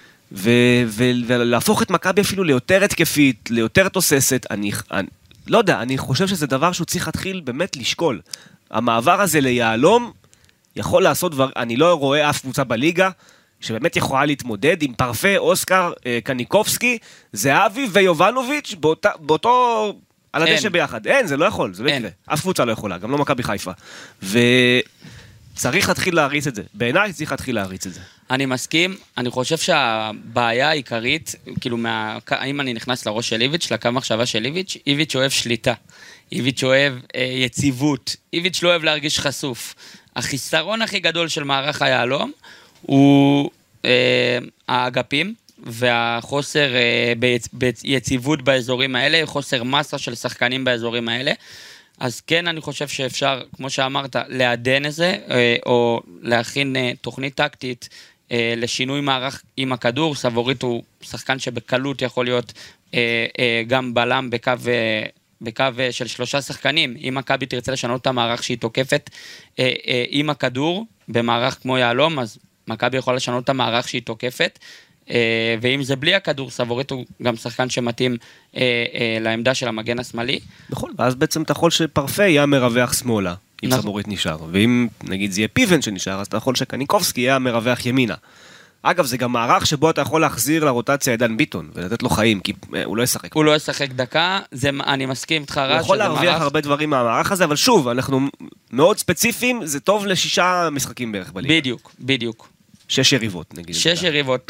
ולהפוך את מכבי אפילו ליותר התקפית, ליותר תוססת, אני לא יודע, אני חושב שזה דבר שהוא צריך להתחיל באמת לשקול. המעבר הזה ליעלום יכול לעשות דבר, אני לא רואה אף קבוצה בליגה, שבאמת יכולה להתמודד עם פרפה, אוסקר, קניקובסקי, זהבי ויובנוביץ' באותו, על הדשא ביחד. אין, זה לא יכול, זה לא יקרה. אף קבוצה לא יכולה, גם לא מכבי חיפה. צריך להתחיל להריץ את זה. בעיניי צריך להתחיל להריץ את זה. אני מסכים, אני חושב שהבעיה העיקרית, כאילו, אם אני נכנס לראש של איביץ', לקו מחשבה של איביץ', איביץ' אוהב שליטה, איביץ' אוהב יציבות, איביץ' לא אוהב להרגיש חשוף. החיסרון הכי גדול של מערך היהלום הוא האגפים, והחוסר ביציבות באזורים האלה, חוסר מסה של שחקנים באזורים האלה. אז כן, אני חושב שאפשר, כמו שאמרת, לעדן את זה, או להכין תוכנית טקטית לשינוי מערך עם הכדור. סבורית הוא שחקן שבקלות יכול להיות גם בלם בקו של 3 שחקנים. אם מכבי תרצה לשנות את המערך שהיא תוקפת עם הכדור, במערך כמו יהלום, אז מכבי יכולה לשנות את המערך שהיא תוקפת, ואם זה בלי הכדור, סבורית הוא גם שחקן שמתאים לעמדה של המגן השמאלי. נכון, ואז בעצם אתה יכול שפרפה יהיה מרווח שמאלה, אם סבורית נשאר, ואם נגיד זה יהיה פיבן שנשאר, אז אתה יכול שקניקובסקי יהיה מרווח ימינה. אגב, זה גם מערך שבו אתה יכול להחזיר לרוטציה עידן ביטון, ולתת לו חיים, כי הוא לא ישחק. הוא לא ישחק דקה, אני מסכים איתך רז. הוא יכול להרוויח הרבה דברים מהמערך הזה, אבל שוב, אנחנו מאוד ספציפיים, זה טוב ל6 משחקים בערך בליגה. בדיוק. 6 יריבות, נגיד. 6 יריבות.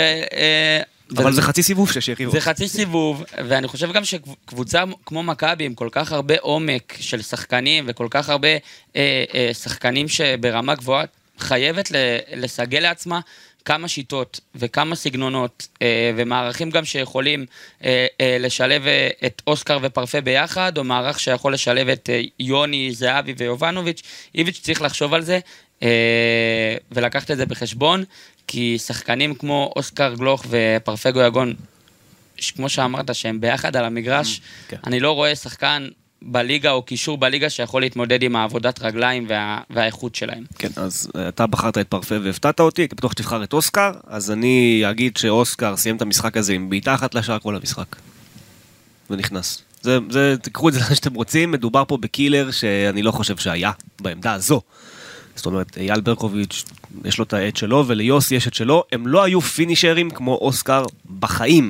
אבל זה חצי סיבוב 6 יריבות. זה חצי סיבוב, ואני חושב גם שקבוצה כמו מכבי, עם כל כך הרבה עומק של שחקנים, וכל כך הרבה שחקנים שברמה גבוהה, חייבת לסגל לעצמה כמה שיטות וכמה סגנונות, ומערכים גם שיכולים לשלב את אוסקר ופרפה ביחד, או מערך שיכול לשלב את יוני, זהבי ויובנוביץ'. איביץ' צריך לחשוב על זה, ולקחת את זה בחשבון, כי שחקנים כמו אוסקר גלוך ופרפה גויגון, כמו שאמרת שהם ביחד על המגרש, אני לא רואה שחקן בליגה או קישור בליגה שיכול להתמודד עם העבודת רגליים והאיכות שלהם. כן, אז אתה בחרת את פרפה והפתעת אותי, בטוח שתבחר את אוסקר, אז אני אגיד שאוסקר סיים את המשחק הזה עם בעיטה אחת לשער כל המשחק. ונכנס. תקחו את זה לאן שאתם רוצים, מדובר פה בקילר שאני לא חושב שהיה בעמדה הזו. זאת אומרת, אייל ברקוביץ' יש לו את העט שלו, וליוסי יש את שלו, הם לא היו פינישרים כמו אוסקר בחיים.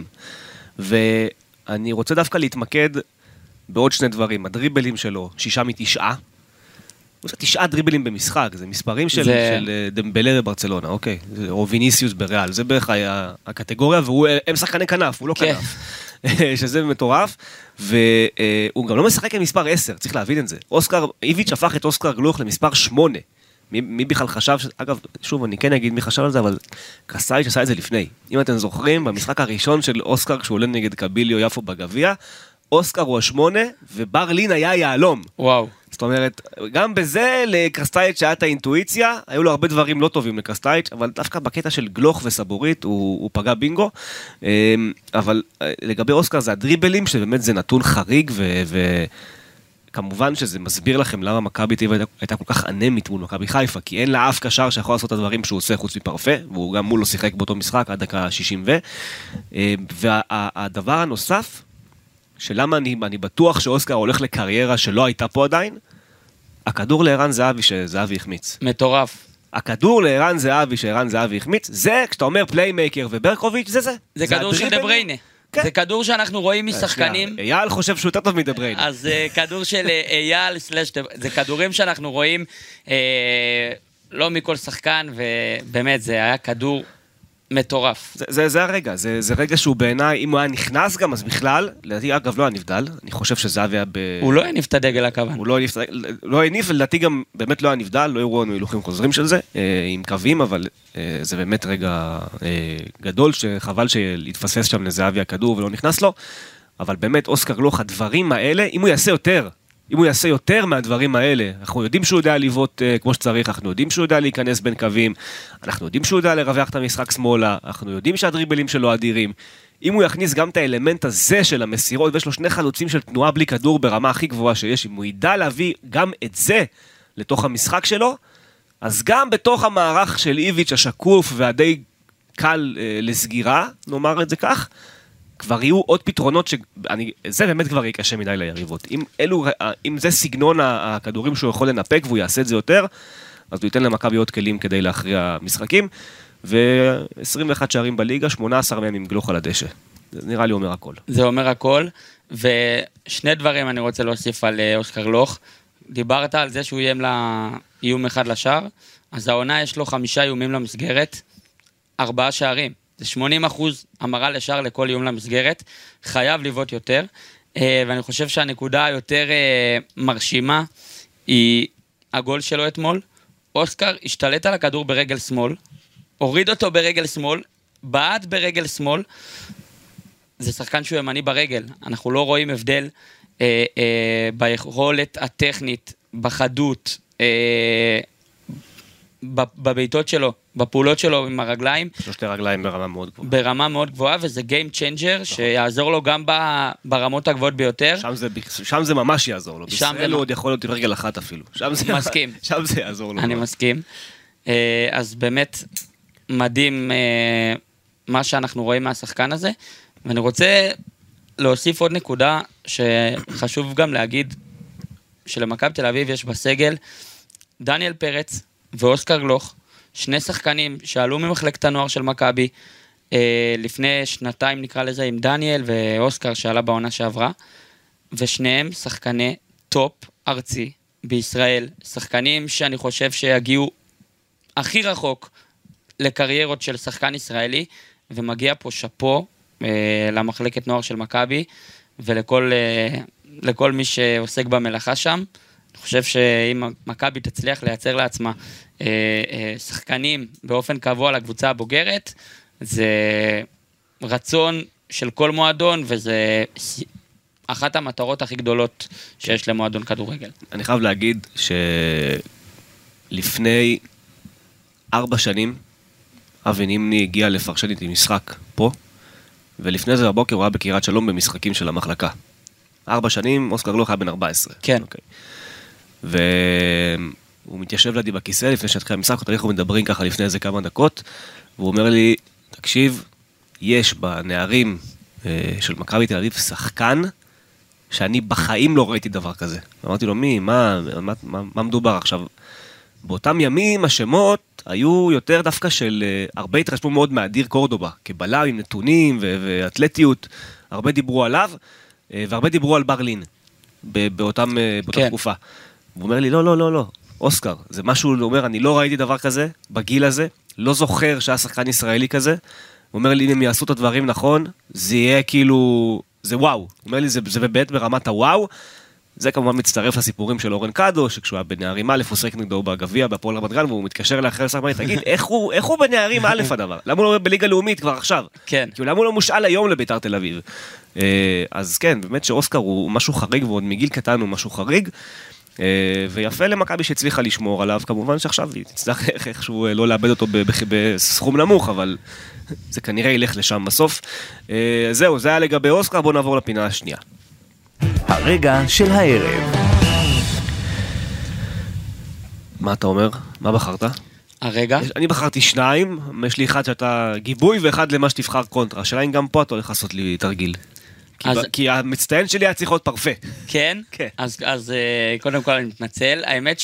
ואני רוצה דווקא להתמקד בעוד 2 דברים. הדריבלים שלו, 6 מ-9. הוא עושה 9 דריבלים במשחק, זה מספרים של דמבלה בברצלונה, אוקיי. או ויניסיוס בריאל, זה בערך הקטגוריה, והם שחקני כנף, הוא לא כנף. שזה מטורף, והוא גם לא משחק עם מספר 10, צריך להבין את זה. איביץ' הפך את אוסקר גלוך למספר 8. מי בכלל חשב, אגב, שוב, אני כן אגיד מי חשב על זה, אבל קסאיץ' עשה את זה לפני. אם אתם זוכרים, במשחק הראשון של אוסקר, כשהוא עולה נגד קביליו יפו בגביע, אוסקר הוא 8, וברלין היה יהלום. וואו. זאת אומרת, גם בזה לקסטייץ' שהיה את האינטואיציה, היו לו הרבה דברים לא טובים לקסטייץ', אבל דווקא בקטע של גלוך וסבורית, הוא פגע בינגו. אבל לגבי אוסקר זה הדריבלים, שבאמת זה נתון חריג, כמובן שזה מסביר לכם למה מכבי תל אביב הייתה כל כך אנמית מול מכבי חיפה, כי אין לה אף קשר שיכול לעשות את הדברים שהוא עושה חוץ מפרפה, והוא גם מול לא שיחק באותו משחק עד דקה 60 והדבר הנוסף, שלמה אני בטוח שאוסקר הולך לקריירה שלא הייתה פה עדיין, הכדור לערן זהבי שזהבי החמיץ. מטורף. הכדור לערן זהבי שערן זהבי החמיץ, זה כשאתה אומר פליימייקר וברקוביץ' זה. זה כדור של דה בריינה. זה כדור שאנחנו רואים משחקנים. אייל חושב שהוא יותר טוב מדה בריינה. אז זה כדור של אייל, זה כדורים שאנחנו רואים לא מכל שחקן, ובאמת זה היה כדור מטורף. זה הרגע, זה רגע שהוא בעיניי, אם הוא היה נכנס גם, אז בכלל, לדעתי אגב לא היה נבדל, אני חושב שזהבי היה הוא לא הניף את הדגל הכוון. הוא לא הניף, ולדעתי גם באמת לא היה נבדל, לא הראו לנו הילוכים חוזרים של זה, עם קווים, אבל זה באמת רגע גדול, שחבל להתפסס שם לזהבי הכדור ולא נכנס לו, אבל באמת אוסקר גלוך, הדברים האלה, אם הוא יעשה יותר מהדברים האלה, אנחנו יודעים שהוא יודע ליוות כמו שצריך, אנחנו יודעים שהוא יודע להיכנס בין קווים, אנחנו יודעים שהוא יודע לרווח את המשחק שמאלה, אנחנו יודעים שהדריבלים שלו אדירים, אם הוא יכניס גם את האלמנט הזה של המסירות, ויש לו 2 חלוצים של תנועה בלי כדור ברמה הכי גבוהה שיש, אם הוא ידע להביא גם את זה לתוך המשחק שלו, אז גם בתוך המערך של איביץ' השקוף והדי קל לסגירה, נאמר את זה כך, כבר יהיו עוד פתרונות זה באמת כבר יהיה קשה מדי ליריבות. אם זה סגנון הכדורים שהוא יכול לנפק והוא יעשה את זה יותר, אז הוא ייתן למכבי עוד כלים כדי להכריע משחקים, ו-21 שערים בליגה, 18 מהם עם גלוך על הדשא. זה נראה לי אומר הכל. זה אומר הכל, ושני דברים אני רוצה להוסיף על אוסקר גלוך. דיברת על זה שהוא איום אחד לשער, אז העונה יש לו 5 איומים למסגרת, 4 שערים. זה 80% המרה לשער לכל איום למסגרת, חייב לבעוט יותר, ואני חושב שהנקודה היותר מרשימה היא הגול שלו אתמול. אוסקר השתלט על הכדור ברגל שמאל, הוריד אותו ברגל שמאל, בעט ברגל שמאל, זה שחקן שהוא ימני ברגל, אנחנו לא רואים הבדל ביכולת הטכנית, בחדות, בביתות שלו, בפעולות שלו עם הרגליים. 3 רגליים ברמה מאוד גבוהה. ברמה מאוד גבוהה, וזה Game Changer, שיעזור לו גם ברמות הגבוהות ביותר. שם זה ממש יעזור לו. בישראל הוא עוד יכול להיות עם רגל אחת אפילו. מסכים. שם זה יעזור לו. אני מסכים. אז באמת מדהים מה שאנחנו רואים מהשחקן הזה, ואני רוצה להוסיף עוד נקודה שחשוב גם להגיד, שלמכבי תל אביב יש בסגל דניאל פרץ ואוסקר גלוך, 2 שחקנים שעלו ממחלקת הנוער של מכבי, לפני 2 נקרא לזה, עם דניאל ואוסקר שעלה בעונה שעברה, ושניהם שחקני טופ ארצי בישראל, שחקנים שאני חושב שיגיעו הכי רחוק לקריירות של שחקן ישראלי, ומגיע פה שפו למחלקת נוער של מכבי, ולכל מי שעוסק במלאכה שם. אני חושב שאם מכבי תצליח לייצר לעצמה שחקנים באופן קבוע לקבוצה הבוגרת, זה רצון של כל מועדון, וזה אחת המטרות הכי גדולות שיש למועדון כדורגל. אני חייב להגיד שלפני 4 שנים, אבי נימני הגיע לפרשן איתי משחק פה, ולפני זה בבוקר הוא היה בקריית שלום במשחקים של המחלקה. 4 שנים, אוסקר גלוך היה בן 14. כן. והוא מתיישב לידי בכיסא לפני שהתחיל המשחק, אנחנו מדברים ככה לפני איזה כמה דקות, והוא אומר לי, תקשיב, יש בנערים של מכבי תל אביב שחקן, שאני בחיים לא ראיתי דבר כזה. אמרתי לו, מה מדובר עכשיו? באותם ימים השמות היו יותר דווקא של, הרבה התרשמו מאוד מאדיר קורדובה, כבלם עם נתונים ואתלטיות, הרבה דיברו עליו, והרבה דיברו על ברלין, באותה תקופה. הוא אומר לי, לא, אוסקר, זה משהו, הוא אומר, אני לא ראיתי דבר כזה, בגיל הזה, לא זוכר שהיה שחקן ישראלי כזה, הוא אומר לי, אם הם יעשו את הדברים נכון, זה יהיה כאילו, זה וואו, הוא אומר לי, זה באמת ברמת הוואו, זה כמובן מצטרף לסיפורים של אורן קאדו, שכשהוא היה בנערים א', הוא שחק נגדו בגביע, בהפועל רמת גן, והוא מתקשר לאחר שחק, תגיד, איך הוא בנערים א' הדבר? למה הוא לא בליגה לאומית כבר עכשיו? כן. כי למה הוא לא מושאל היום לביתר תל אביב? אז כן, באמת שאוסקר הוא משהו חריג, ועוד מגיל קטן הוא משהו חריג, ויפה למכבי שהצליחה לשמור עליו, כמובן שעכשיו היא תצטרך איכשהו לא לאבד אותו בסכום נמוך, אבל זה כנראה ילך לשם בסוף. זהו, זה היה לגבי אוסקר, בואו נעבור לפינה השנייה. הרגע של הערב. מה אתה אומר? מה בחרת? הרגע? אני בחרתי 2, יש לי אחד שאתה גיבוי ואחד למה שתבחר קונטרה. השאלה אם גם פה אתה הולך לעשות לי תרגיל. כי המצטיין שלי היה צריך להיות פרפה. כן? כן. אז קודם כל אני מתנצל. האמת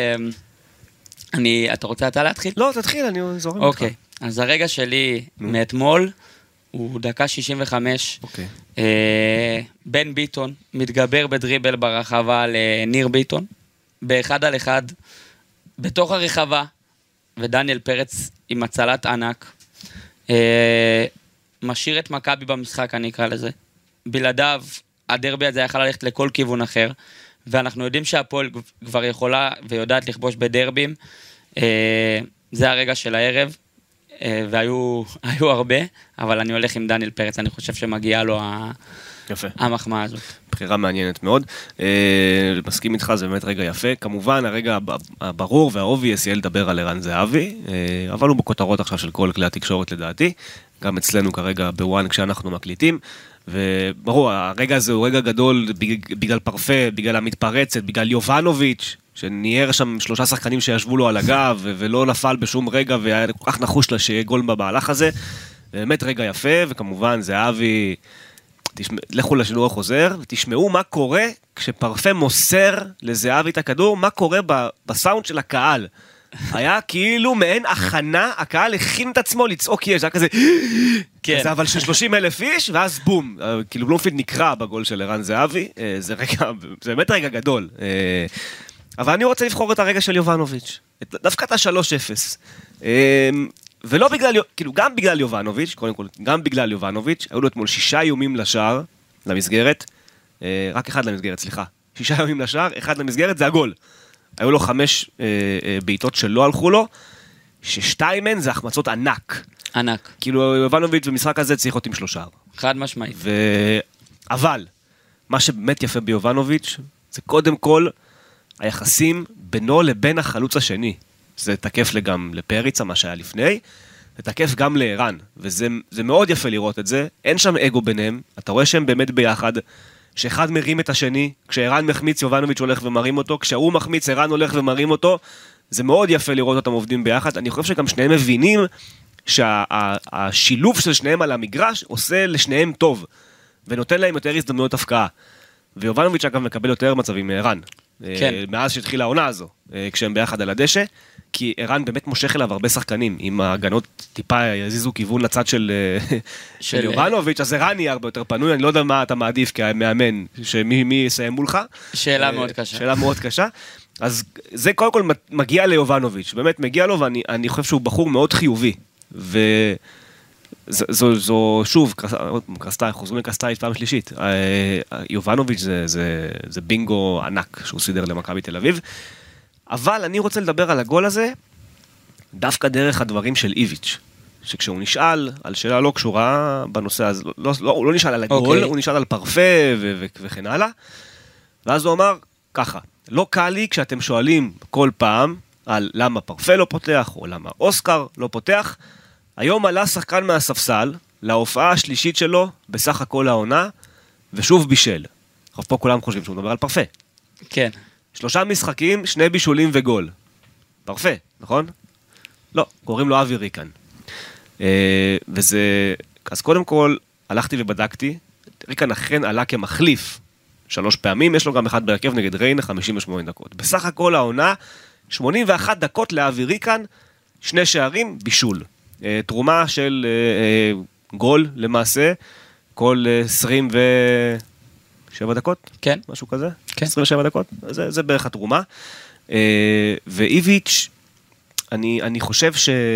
אתה רוצה אתה להתחיל? לא, תתחיל, אני זורם אותך. אוקיי. אז הרגע שלי מאתמול הוא דקה 65. אוקיי. בן ביטון מתגבר בדריבל ברחבה לניר ביטון. באחד על אחד. בתוך הרחבה. ודניאל פרץ עם הצלת ענק. משאיר את מכבי במשחק, אני אקרא לזה. בלעדיו, הדרבי הזה יכול ללכת לכל כיוון אחר, ואנחנו יודעים שהפועל כבר יכולה ויודעת לכבוש בדרבים. זה הרגע של הערב, והיו הרבה, אבל אני הולך עם דניאל פרץ, אני חושב שמגיעה לו המחמאה הזאת. בחירה מעניינת מאוד. מסכים איתך, זה באמת רגע יפה. כמובן, הרגע הברור והאובייס יהיה לדבר על ערן זהבי, אבל הוא בכותרות עכשיו של כל כלי התקשורת לדעתי, גם אצלנו כרגע בוואן כשאנחנו מקליטים, וברור, הרגע הזה הוא רגע גדול בגלל פרפה, בגלל המתפרצת, בגלל יובנוביץ', שניער שם 3 שחקנים שישבו לו על הגב, ולא נפל בשום רגע, והיה כל כך נחוש לה שיהיה גול במהלך הזה. באמת רגע יפה, וכמובן זהבי, לכו לשידור החוזר, ותשמעו מה קורה כשפרפה מוסר לזהבי את הכדור, מה קורה בסאונד של הקהל. היה כאילו מעין הכנה, הקהל הכין את עצמו לצעוק יש, זה היה כזה, כן. זה אבל של 30,000 איש, ואז בום, כאילו בלומפילד נקרא בגול של ערן זהבי, זה באמת רגע גדול. אבל אני רוצה לבחור את הרגע של יובנוביץ', דווקא את ה-3-0. ולא בגלל, כאילו גם בגלל יובנוביץ', קודם כל, גם בגלל יובנוביץ', היו לו אתמול 6 איומים לשער, למסגרת, רק 1 למסגרת, סליחה. 6 איומים לשער, 1 למסגרת, זה הגול. היו לו 5 בעיטות שלא הלכו לו, ש2 מהן זה החמצות ענק. ענק. כאילו יובנוביץ' במשחק הזה צריך להיות עם 3. חד משמעית. אבל, מה שבאמת יפה ביובנוביץ', זה קודם כל היחסים בינו לבין החלוץ השני. זה תקף גם לפריצה, מה שהיה לפני, זה תקף גם לערן, וזה מאוד יפה לראות את זה, אין שם אגו ביניהם, אתה רואה שהם באמת ביחד, שאחד מרים את השני, כשערן מחמיץ יובנוביץ' הולך ומרים אותו, כשהוא מחמיץ ערן הולך ומרים אותו, זה מאוד יפה לראות אותם עובדים ביחד, אני חושב שגם שניהם מבינים שהשילוב של שניהם על המגרש עושה לשניהם טוב, ונותן להם יותר הזדמנויות הפקעה. ויובנוביץ' אגב מקבל יותר מצבים מערן, כן. מאז שהתחילה העונה הזו, כשהם ביחד על הדשא, כי ערן באמת מושך אליו הרבה שחקנים, אם ההגנות טיפה יזיזו כיוון לצד של יובנוביץ', אז ערן יהיה הרבה יותר פנוי, אני לא יודע מה אתה מעדיף כמאמן, שמי יסיים מולך. שאלה מאוד קשה. שאלה מאוד קשה. אז זה קודם כל מגיע ליובנוביץ', באמת מגיע לו, ואני חושב שהוא בחור מאוד חיובי, זו שוב, קרסטייל, חוזרים לקרסטייל פעם שלישית. יובנוביץ' זה בינגו ענק שהוא סידר למכבי תל אביב. אבל אני רוצה לדבר על הגול הזה, דווקא דרך הדברים של איביץ', שכשהוא נשאל על שאלה לא קשורה בנושא הזה, הוא לא נשאל על הגול, הוא נשאל על פרפה וכן הלאה, ואז הוא אמר ככה, לא קל לי כשאתם שואלים כל פעם על למה פרפה לא פותח, או למה אוסקר לא פותח, היום עלה שחקן מהספסל, להופעה השלישית שלו, בסך הכל העונה, ושוב בישל. עכשיו פה כולם חושבים שהוא מדבר על פרפה. כן. 3 משחקים, 2 בישולים וגול. פרפה, נכון? לא, קוראים לו אבי ריקן. אז קודם כל, הלכתי ובדקתי, ריקן אכן עלה כמחליף 3 פעמים, יש לו גם אחד בהרכב נגד ריינה, 58 דקות. בסך הכל העונה, 81 דקות לאבי ריקן, 2 שערים, בישול. תרומה של גול למעשה, כל 27 דקות? כן. משהו כזה? כן. 27 דקות? זה בערך התרומה. ואיביץ', אני חושב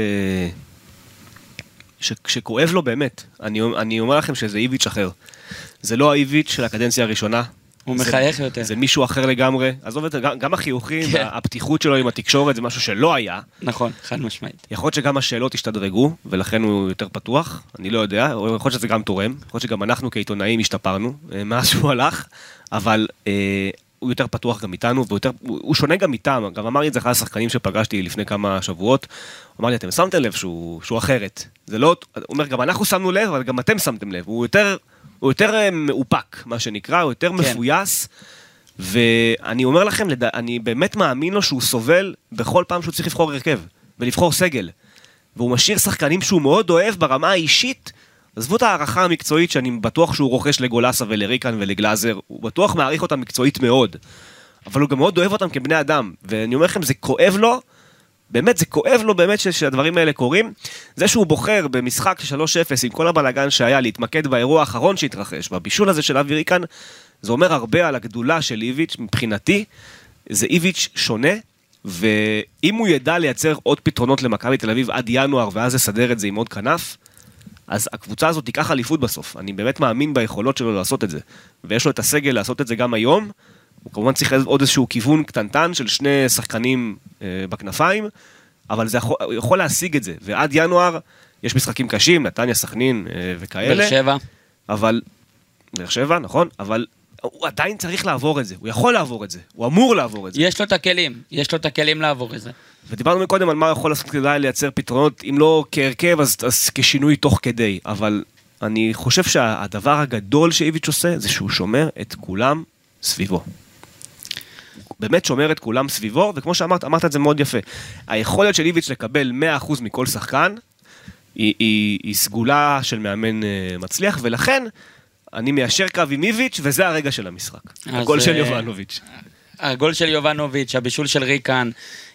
שכואב לו באמת. אני אומר לכם שזה איביץ' אחר. זה לא האיביץ' של הקדנציה הראשונה. הוא מחייך יותר. זה מישהו אחר לגמרי. עזוב את זה, גם החיוכים, הפתיחות שלו עם התקשורת, זה משהו שלא היה. נכון, חד משמעית. יכול להיות שגם השאלות השתדרגו, ולכן הוא יותר פתוח, אני לא יודע, יכול להיות שזה גם תורם, יכול להיות שגם אנחנו כעיתונאים השתפרנו, מאז שהוא הלך, אבל הוא יותר פתוח גם איתנו, הוא שונה גם איתם, גם אמר לי את זה אחד השחקנים שפגשתי לפני כמה שבועות, הוא אמר לי, אתם שמתם לב שהוא אחרת. זה לא, הוא אומר, גם אנחנו שמנו לב, אבל גם אתם שמתם לב, הוא יותר מאופק, מה שנקרא, הוא יותר מפויס, ואני אומר לכם, אני באמת מאמין לו שהוא סובל בכל פעם שהוא צריך לבחור הרכב, ולבחור סגל, והוא משאיר שחקנים שהוא מאוד אוהב ברמה האישית, עזבו את הערכה המקצועית שאני בטוח שהוא רוכש לגולסה ולריקן ולגלאזר, הוא בטוח מעריך אותם מקצועית מאוד, אבל הוא גם מאוד אוהב אותם כבני אדם, ואני אומר לכם, זה כואב לו, באמת, זה כואב לו באמת שהדברים האלה קורים. זה שהוא בוחר במשחק 3-0 עם כל הבלגן שהיה להתמקד באירוע האחרון שהתרחש, בבישול הזה של אבי ריקן, זה אומר הרבה על הגדולה של איביץ' מבחינתי, זה איביץ' שונה, ואם הוא ידע לייצר עוד פתרונות למכבי תל אביב עד ינואר, ואז לסדר את זה עם עוד כנף, אז הקבוצה הזאת תיקח אליפות בסוף. אני באמת מאמין ביכולות שלו לעשות את זה. ויש לו את הסגל לעשות את זה גם היום, הוא כמובן צריך עוד איזשהו כיוון קטנטן של 2 שחקנים בכנפיים, אבל זה יכול להשיג את זה. ועד ינואר יש משחקים קשים, נתניה, סכנין וכאלה. באר שבע. אבל, באר שבע, נכון, אבל הוא עדיין צריך לעבור את זה. הוא יכול לעבור את זה. הוא אמור לעבור את זה. יש לו את הכלים לעבור את זה. ודיברנו מקודם על מה יכול לעשות כדי לייצר פתרונות, אם לא כהרכב, אז כשינוי תוך כדי. אבל אני חושב שהדבר הגדול שאיביץ' עושה, זה שהוא שומר את כולם סביבו. באמת שומר את כולם סביבו, וכמו שאמרת, אמרת את זה מאוד יפה. היכולת של איביץ' לקבל 100% מכל שחקן, היא סגולה של מאמן מצליח, ולכן אני מיישר קו עם איביץ', וזה הרגע של המשחק. הגול של יובנוביץ'. הגול של יובנוביץ', הבישול של ריקן.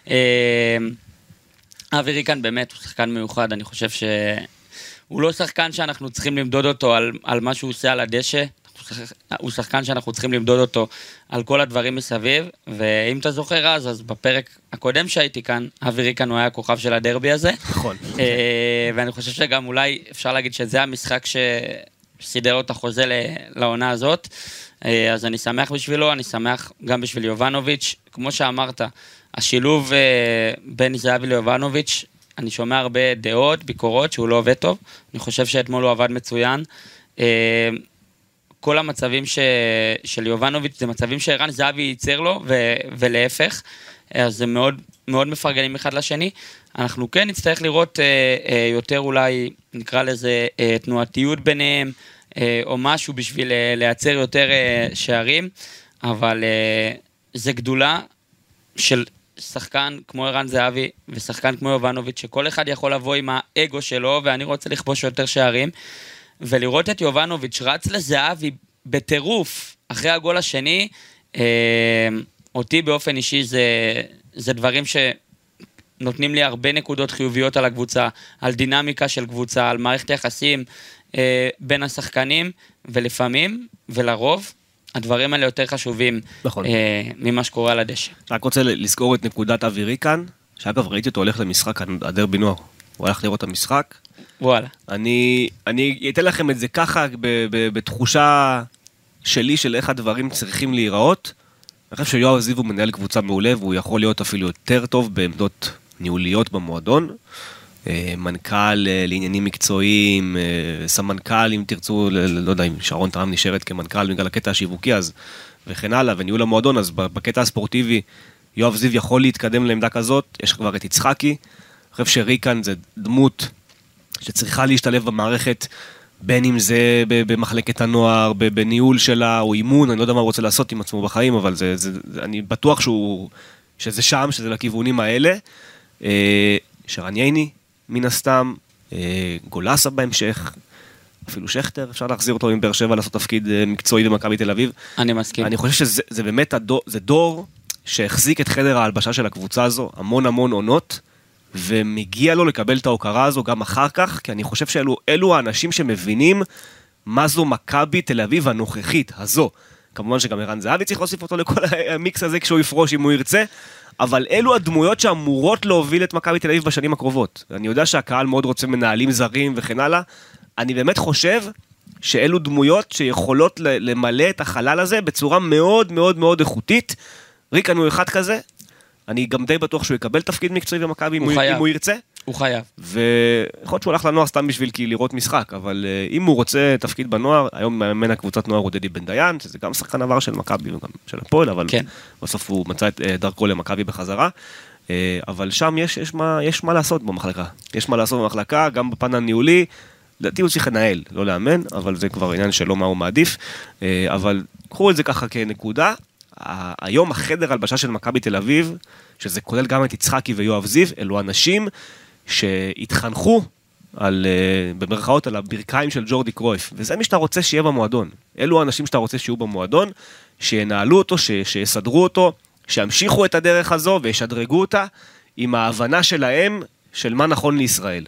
אבי ריקן באמת הוא שחקן מיוחד, אני חושב שהוא לא שחקן שאנחנו צריכים למדוד אותו על מה שהוא עושה על הדשא, אנחנו הוא שחקן שאנחנו צריכים למדוד אותו על כל הדברים מסביב, ואם אתה זוכר אז בפרק הקודם שהייתי כאן, אבי ריקן הוא היה הכוכב של הדרבי הזה. נכון. ואני חושב שגם אולי אפשר להגיד שזה המשחק שסידר לו את החוזה לעונה הזאת, אז אני שמח בשבילו, אני שמח גם בשביל יובנוביץ', כמו שאמרת, השילוב בין זהבי ליובנוביץ', אני שומע הרבה דעות, ביקורות, שהוא לא עובד טוב, אני חושב שאתמול הוא עבד מצוין, כל המצבים של יובנוביץ' זה מצבים שערן זהבי ייצר לו, ולהפך, אז זה מאוד, מאוד מפרגנים אחד לשני, אנחנו כן נצטרך לראות יותר אולי, נקרא לזה תנועתיות ביניהם, או משהו בשביל לייצר יותר שערים, אבל זה גדולה של שחקן כמו ערן זהבי ושחקן כמו יובנוביץ', שכל אחד יכול לבוא עם האגו שלו, ואני רוצה לכבוש יותר שערים, ולראות את יובנוביץ' רץ לזהבי בטירוף אחרי הגול השני, אותי באופן אישי זה דברים שנותנים לי הרבה נקודות חיוביות על הקבוצה, על דינמיקה של קבוצה, על מערכת יחסים בין השחקנים, ולפעמים ולרוב הדברים האלה יותר חשובים נכון. ממה שקורה על הדשא. רק רוצה לזכור את נקודת אבי ריקן, שאגב ראיתי אותו הולך למשחק הדרבי נוער, הוא הלך לראות את המשחק. וואלה. אני אתן לכם את זה ככה בתחושה שלי של איך הדברים צריכים להיראות. אני חושב שיואב זיו הוא מנהל קבוצה מעולה, והוא יכול להיות אפילו יותר טוב בעמדות ניהוליות במועדון. מנכ"ל לעניינים מקצועיים, סמנכ"ל אם תרצו, לא יודע אם שרון טרם נשארת כמנכ"ל בגלל הקטע השיווקי אז, וכן הלאה, וניהול המועדון, אז בקטע הספורטיבי יואב זיו יכול להתקדם לעמדה כזאת, יש כבר את יצחקי, אני חושב שריקן זה דמות שצריכה להשתלב במערכת, בין אם זה במחלקת הנוער, בניהול שלה, או אימון, אני לא יודע מה הוא רוצה לעשות עם עצמו בחיים, אבל אני בטוח שזה שם, שזה לכיוונים האלה. שרן ייני, מן הסתם, גולסה בהמשך, אפילו שכטר, אפשר להחזיר אותו עם באר שבע לעשות תפקיד מקצועי במכבי תל אביב. אני מסכים. אני חושב שזה באמת זה דור שהחזיק את חדר ההלבשה של הקבוצה הזו, המון המון עונות, ומגיע לו לקבל את ההוקרה הזו גם אחר כך, כי אני חושב שאלו האנשים שמבינים מה זו מכבי תל אביב הנוכחית הזו. כמובן שגם ערן זהבי צריך להוסיף אותו לכל המיקס הזה כשהוא יפרוש אם הוא ירצה, אבל אלו הדמויות שאמורות להוביל את מכבי תל אביב בשנים הקרובות. אני יודע שהקהל מאוד רוצה מנהלים זרים וכן הלאה, אני באמת חושב שאלו דמויות שיכולות למלא את החלל הזה בצורה מאוד מאוד מאוד איכותית. ריקן הוא אחד כזה, אני גם די בטוח שהוא יקבל תפקיד מקצועי במכבי אם הוא ירצה. הוא חייב. ויכול להיות שהוא הלך לנוער סתם בשביל לראות משחק, אבל אם הוא רוצה תפקיד בנוער, היום מאמן הקבוצת נוער הוא דדי בן דיין, שזה גם שחקן עבר של מכבי וגם של הפועל, אבל כן. בסוף הוא מצא את דרכו למכבי בחזרה, אבל שם יש מה לעשות במחלקה. יש מה לעשות במחלקה, גם בפן הניהולי, לדעתי הוא צריך לנהל, לא לאמן, אבל זה כבר עניין שלא מה הוא מעדיף, אבל קחו את זה ככה כנקודה, היום החדר הלבשה של מכבי תל אביב, שזה כולל גם את יצחקי ויואב זיו, אלו אנשים שהתחנכו במרכאות על הברכיים של ג'ורדי קרויף, וזה מי שאתה רוצה שיהיה במועדון. אלו האנשים שאתה רוצה שיהיו במועדון, שינהלו אותו, שיסדרו אותו, שימשיכו את הדרך הזו וישדרגו אותה עם ההבנה שלהם של מה נכון לישראל.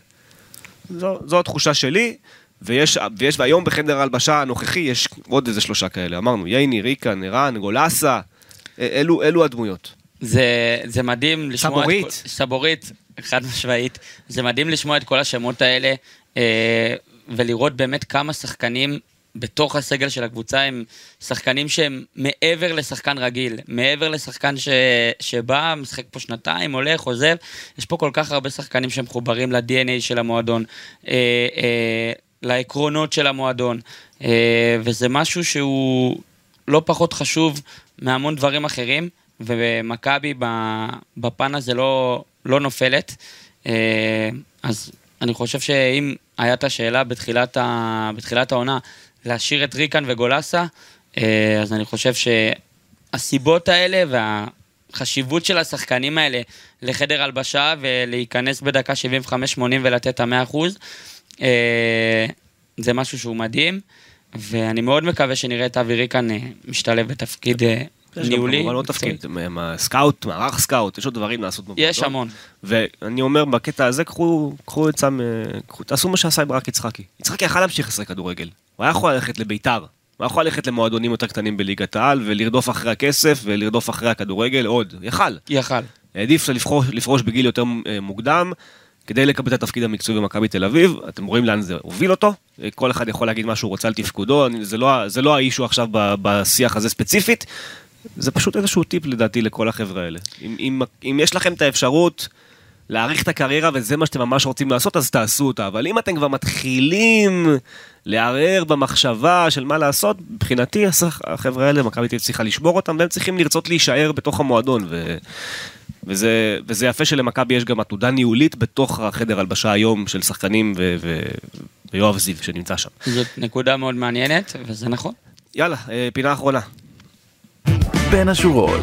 זו התחושה שלי, והיום בחדר ההלבשה הנוכחי יש עוד איזה 3 כאלה, אמרנו, ייני, ריקן, ערן, גולסה, אלו הדמויות. זה מדהים לשמוע... סבורית, חד משמעית. זה מדהים לשמוע את כל השמות האלה, ולראות באמת כמה שחקנים בתוך הסגל של הקבוצה, הם שחקנים שהם מעבר לשחקן רגיל, מעבר לשחקן שבא, משחק פה 2, הולך, עוזב. יש פה כל כך הרבה שחקנים שהם מחוברים ל-DNA של המועדון, לעקרונות של המועדון, וזה משהו שהוא לא פחות חשוב מהמון דברים אחרים, ומכבי בפן הזה לא נופלת. אז אני חושב שאם הייתה השאלה בתחילת העונה להשאיר את ריקן וגולסה, אז אני חושב שהסיבות האלה והחשיבות של השחקנים האלה לחדר הלבשה ולהיכנס בדקה 75-80 ולתת 100%, זה משהו שהוא מדהים, ואני מאוד מקווה שנראה את אבי ריקן משתלב בתפקיד ניהולי. אבל לא תפקיד, סקאוט, מערך סקאוט, יש עוד דברים לעשות במועדון. יש המון. ואני אומר, בקטע הזה, קחו תעשו מה שעשה ברק יצחקי. יצחקי יכל להמשיך לשחק כדורגל. הוא היה יכול ללכת לביתר, הוא יכול ללכת למועדונים יותר קטנים בליגת העל, ולרדוף אחרי הכסף, ולרדוף אחרי הכדורגל עוד. יכל. העדיף לפרוש בגיל יותר מוקדם, כדי לקבל את התפקיד המקצועי במכבי תל אביב. אתם רואים לאן זה הוביל אותו. כל אחד יכול להגיד מה שהוא רוצה על תפקודו. זה לא האישו עכשיו בשיח הזה ספציפית. זה פשוט איזשהו טיפ לדעתי לכל החבר'ה האלה. אם יש לכם את האפשרות להאריך את הקריירה, וזה מה שאתם ממש רוצים לעשות, אז תעשו אותה. אבל אם אתם כבר מתחילים לערער במחשבה של מה לעשות, מבחינתי, החבר'ה האלה, מכבי תל אביב צריכה לשבור אותם, והם צריכים לרצות להישאר בתוך המועדון. וזה יפה שלמכבי יש גם עתודה ניהולית בתוך החדר הלבשה היום של שחקנים ויואב זיו שנמצא שם. זאת נקודה מאוד מעניינת, וזה נכון. יאללה, פינה אחרונה. בין השורות.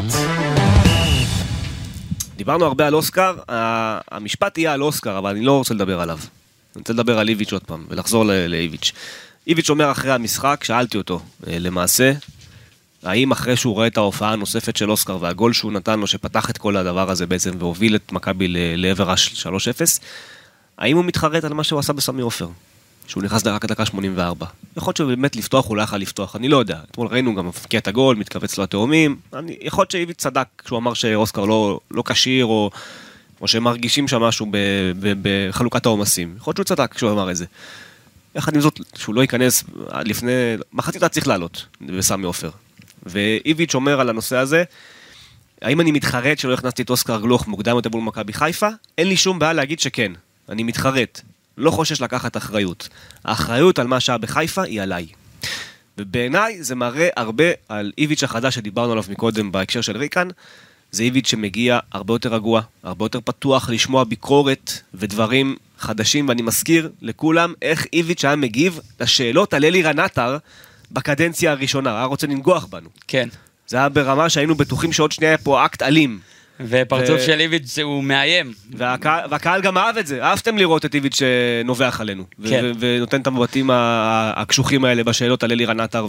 דיברנו הרבה על אוסקר, המשפט יהיה על אוסקר, אבל אני לא רוצה לדבר עליו. אני רוצה לדבר על איביץ' עוד פעם, ולחזור לאיביץ'. איביץ' אומר אחרי המשחק, שאלתי אותו, למעשה, האם אחרי שהוא רואה את ההופעה הנוספת של אוסקר, והגול שהוא נתן לו, שפתח את כל הדבר הזה בעצם, והוביל את מכבי לעבר ה-3-0, האם הוא מתחרט על מה שהוא עשה בסמי עופר? שהוא נכנס רק דקה 84. יכול להיות שבאמת לפתוח, הוא לא יכול לפתוח, אני לא יודע. אתמול ראינו גם מפקיע את הגול, מתכווץ לו התאומים. יכול להיות שאיביץ' צדק כשהוא אמר שאוסקר לא קשיר, או שמרגישים שם משהו בחלוקת העומסים. יכול להיות שהוא צדק כשהוא אמר את זה. יחד עם זאת, שהוא לא ייכנס לפני, מחצית צריך לעלות בסמי עופר. ואיביץ' אומר על הנושא הזה, האם אני מתחרט שלא הכנסתי את אוסקר גלוך מוקדם יותר מול מכבי חיפה? אין לי שום בעיה להגיד שכן. אני מתחרט. לא חושש לקחת אחריות. האחריות על מה שהיה בחיפה היא עליי. ובעיניי זה מראה הרבה על איביץ' החדש שדיברנו עליו מקודם בהקשר של ריקן. זה איביץ' שמגיע הרבה יותר רגוע, הרבה יותר פתוח לשמוע ביקורת ודברים חדשים, ואני מזכיר לכולם איך איביץ' היה מגיב לשאלות על אלירן עטר בקדנציה הראשונה. היה רוצה לנגוח בנו. כן. זה היה ברמה שהיינו בטוחים שעוד שנייה היה פה אקט אלים. ופרצוף של איביץ' הוא מאיים. והקהל גם אהב את זה. אהבתם לראות את איביץ' שנובח עלינו. ונותן את המבטים הקשוחים האלה בשאלות על אלירן עטר.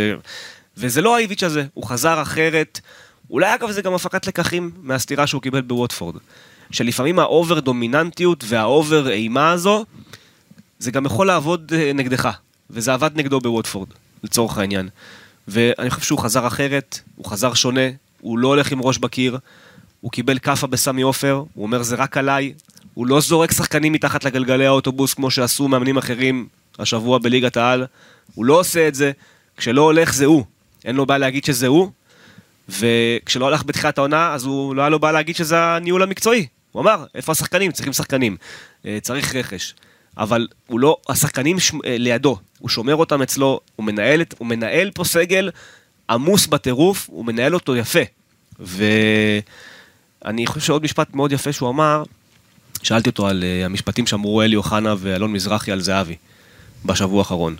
וזה לא האיביץ' הזה. הוא חזר אחרת. אולי אגב זה גם הפקת לקחים מהסתירה שהוא קיבל בווטפורד. שלפעמים האובר דומיננטיות והאובר אימה הזו, זה גם יכול לעבוד נגדך. וזה עבד נגדו בווטפורד, לצורך העניין. ואני חושב שהוא חזר אחרת, הוא חזר שונה, הוא לא הולך עם ראש בקיר, הוא קיבל קפה בסמי עופר, הוא אומר זה רק עליי, הוא לא זורק שחקנים מתחת לגלגלי האוטובוס כמו שעשו מאמנים אחרים השבוע בליגת העל, הוא לא עושה את זה, כשלא הולך זה הוא, אין לו בעיה להגיד שזה הוא, וכשלא הלך בתחילת העונה, אז הוא לא היה לו בעיה להגיד שזה הניהול המקצועי, הוא אמר, איפה השחקנים? צריכים שחקנים, צריך רכש, אבל הוא לא, השחקנים לידו, הוא שומר אותם אצלו, הוא מנהל פה סגל עמוס בטירוף, הוא מנהל אותו יפה, ואני חושב שעוד משפט מאוד יפה שהוא אמר, שאלתי אותו על המשפטים שאמרו אלי אוחנה ואלון מזרחי על זהבי, בשבוע האחרון.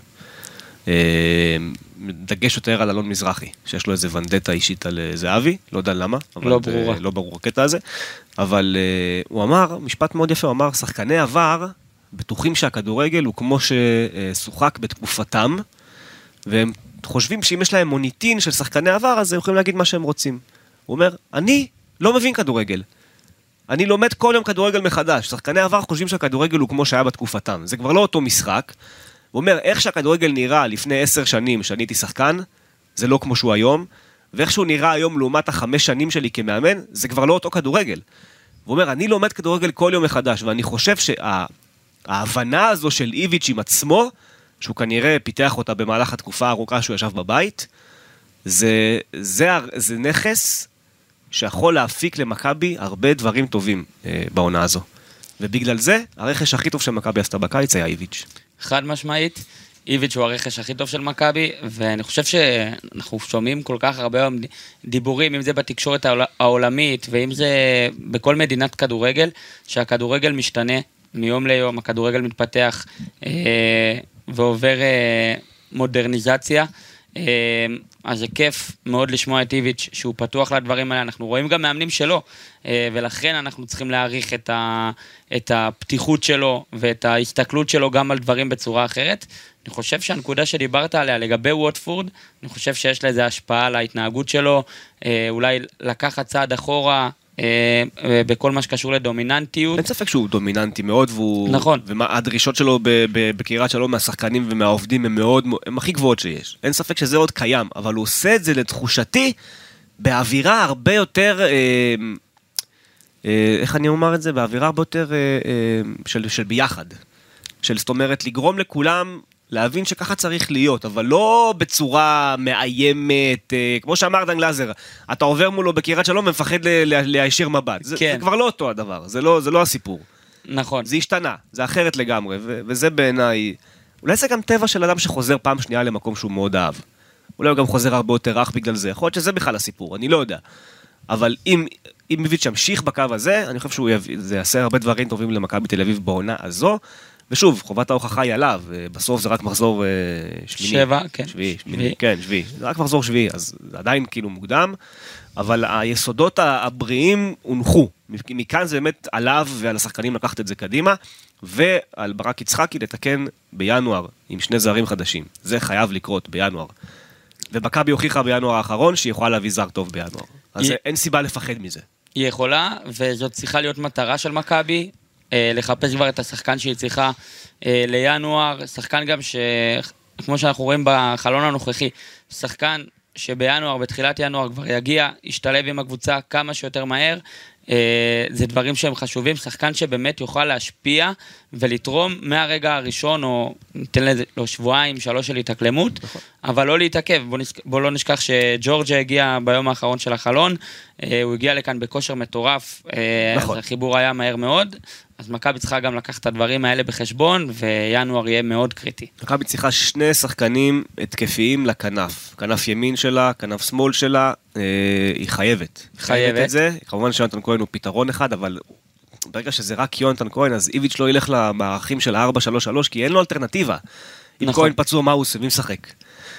דגש יותר על אלון מזרחי, שיש לו איזה ונדטה אישית על זהבי, לא יודע למה, לא ברור הקטע הזה, אבל הוא אמר, משפט מאוד יפה, הוא אמר, שחקני עבר, בטוחים שהכדורגל הוא כמו ששוחק בתקופתם, והם חושבים שאם יש להם מוניטין של שחקני עבר, אז הם יכולים להגיד מה שהם רוצים. הוא אומר, אני לא מבין כדורגל. אני לומד כל יום כדורגל מחדש. שחקני עבר חושבים שהכדורגל הוא כמו שהיה בתקופתם. זה כבר לא אותו משחק. הוא אומר, איך שהכדורגל נראה לפני 10 שנים שאני הייתי שחקן, זה לא כמו שהוא היום, ואיך שהוא נראה היום לעומת 5 שנים שלי כמאמן, זה כבר לא אותו כדורגל. הוא אומר, אני לומד כדורגל כל יום מחדש, ואני חושב ההבנה הזו של איביץ' עם עצמו, שהוא כנראה פיתח אותה במהלך התקופה הארוכה שהוא ישב בבית, זה נכס שיכול להפיק למכבי הרבה דברים טובים בעונה הזו. ובגלל זה, הרכש הכי טוב שמכבי עשתה בקיץ היה איביץ'. חד משמעית, איביץ' הוא הרכש הכי טוב של מכבי, ואני חושב שאנחנו שומעים כל כך הרבה דיבורים, אם זה בתקשורת העולמית, ואם זה בכל מדינת כדורגל, שהכדורגל משתנה מיום ליום, הכדורגל מתפתח ועובר מודרניזציה, אז זה כיף מאוד לשמוע את איביץ' שהוא פתוח לדברים האלה, אנחנו רואים גם מאמנים שלו, ולכן אנחנו צריכים להעריך את הפתיחות שלו ואת ההסתכלות שלו גם על דברים בצורה אחרת. אני חושב שהנקודה שדיברת עליה לגבי ווטפורד, אני חושב שיש לזה השפעה על ההתנהגות שלו, אולי לקחת צעד אחורה, בכל מה שקשור לדומיננטיות. אין ספק שהוא דומיננטי מאוד, נכון. והדרישות שלו בקריית שלום מהשחקנים ומהעובדים הם הכי גבוהות שיש. אין ספק שזה עוד קיים, אבל הוא עושה את זה לתחושתי, באווירה הרבה יותר, איך אני אומר את זה? באווירה הרבה יותר של ביחד. זאת אומרת, לגרום לכולם להבין שככה צריך להיות, אבל לא בצורה מאיימת, כמו שאמר דן גלזר, אתה עובר מולו בקריית שלום ומפחד להישיר מבט. זה כבר לא אותו הדבר, זה לא הסיפור. נכון. זה השתנה, זה אחרת לגמרי, וזה בעיניי, אולי זה גם טבע של אדם שחוזר פעם שנייה למקום שהוא מאוד אהב. אולי הוא גם חוזר הרבה יותר רך בגלל זה, יכול להיות שזה בכלל הסיפור, אני לא יודע. אבל אם איביץ' ימשיך בקו הזה, אני חושב שהוא יעשה הרבה דברים טובים למכבי תל אביב בעונה הזו, ושוב, חובת ההוכחה היא עליו, בסוף זה רק מחזור שמיני. 7, כן. שביעי. כן, שביעי. זה רק מחזור שביעי, אז זה עדיין כאילו מוקדם, אבל היסודות הבריאים הונחו. מכאן זה באמת עליו ועל השחקנים לקחת את זה קדימה, ועל ברק יצחקי לתקן בינואר עם 2 זרים חדשים. זה חייב לקרות בינואר. ומכבי הוכיחה בינואר האחרון שהיא יכולה להביא זר טוב בינואר. אז אין סיבה לפחד מזה. היא יכולה, וזאת צריכה להיות מטרה של מכבי, לחפש כבר את השחקן שהיא צריכה לינואר, שחקן גם כמו שאנחנו רואים בחלון הנוכחי, שחקן שבינואר, בתחילת ינואר כבר יגיע, ישתלב עם הקבוצה כמה שיותר מהר, זה דברים שהם חשובים, שחקן שבאמת יוכל להשפיע ולתרום מהרגע הראשון, או ניתן לו 2-3 של התאקלמות, אבל לא להתעכב. בוא לא נשכח שג'ורג'ה הגיע ביום האחרון של החלון, הוא הגיע לכאן בכושר מטורף, אז החיבור היה מהר מאוד, אז מכבי צריכה גם לקחת את הדברים האלה בחשבון, וינואר יהיה מאוד קריטי. מכבי צריכה 2 שחקנים התקפיים לכנף, כנף ימין שלה, כנף שמאל שלה, היא חייבת. חייבת את זה, כמובן שיונתן כהן הוא פתרון אחד, אבל ברגע שזה רק יונתן כהן, אז איביץ' לא ילך למערכים של 4-3-3, כי אין לו אלטרנטיבה. אם כהן פצוע, מה הוא עושה? מי משחק?